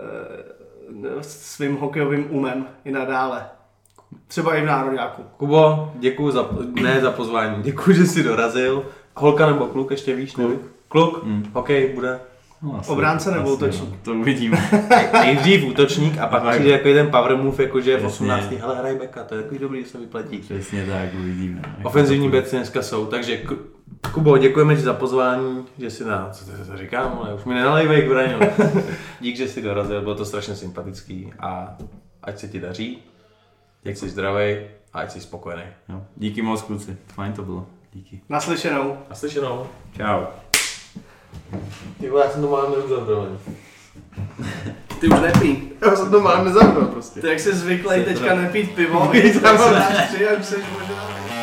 svým hokejovým umem i nadále. Třeba i v nároďáku. Kubo, děkuji za pozvání, děkuji, že jsi dorazil. Holka nebo kluk, ještě víš? Kluk? Hokej bude. No, obránce nebo útočník? To uvidíme. Nejdřív útočník a pak přijde jako ten power move, jakože v 18. Hele, hraj backa, to je takový dobrý, že se vyplatí. Přesně tak, uvidíme. Ofenzivní beci dneska jsou, takže Kubo, děkujeme ti za pozvání, že jsi co to říkám, ale už mi nenalejvej k braně. Dík, že jsi dorazil, bylo to strašně sympatický a ať se ti daří. Jak jsi zdravej a ať jsi spokojený. Jo. Díky moc, kluci. Fajn to bylo. Díky. Naslyšenou. Naslyšenou. Čau. Ty vole, já jsem to mám neuzavřel. Ty už nepí. Já jsem to mám nezavřel prostě. Ty jak jsi zvyklý teďka nepít pivo, i tam dáš 3 a už seš možná...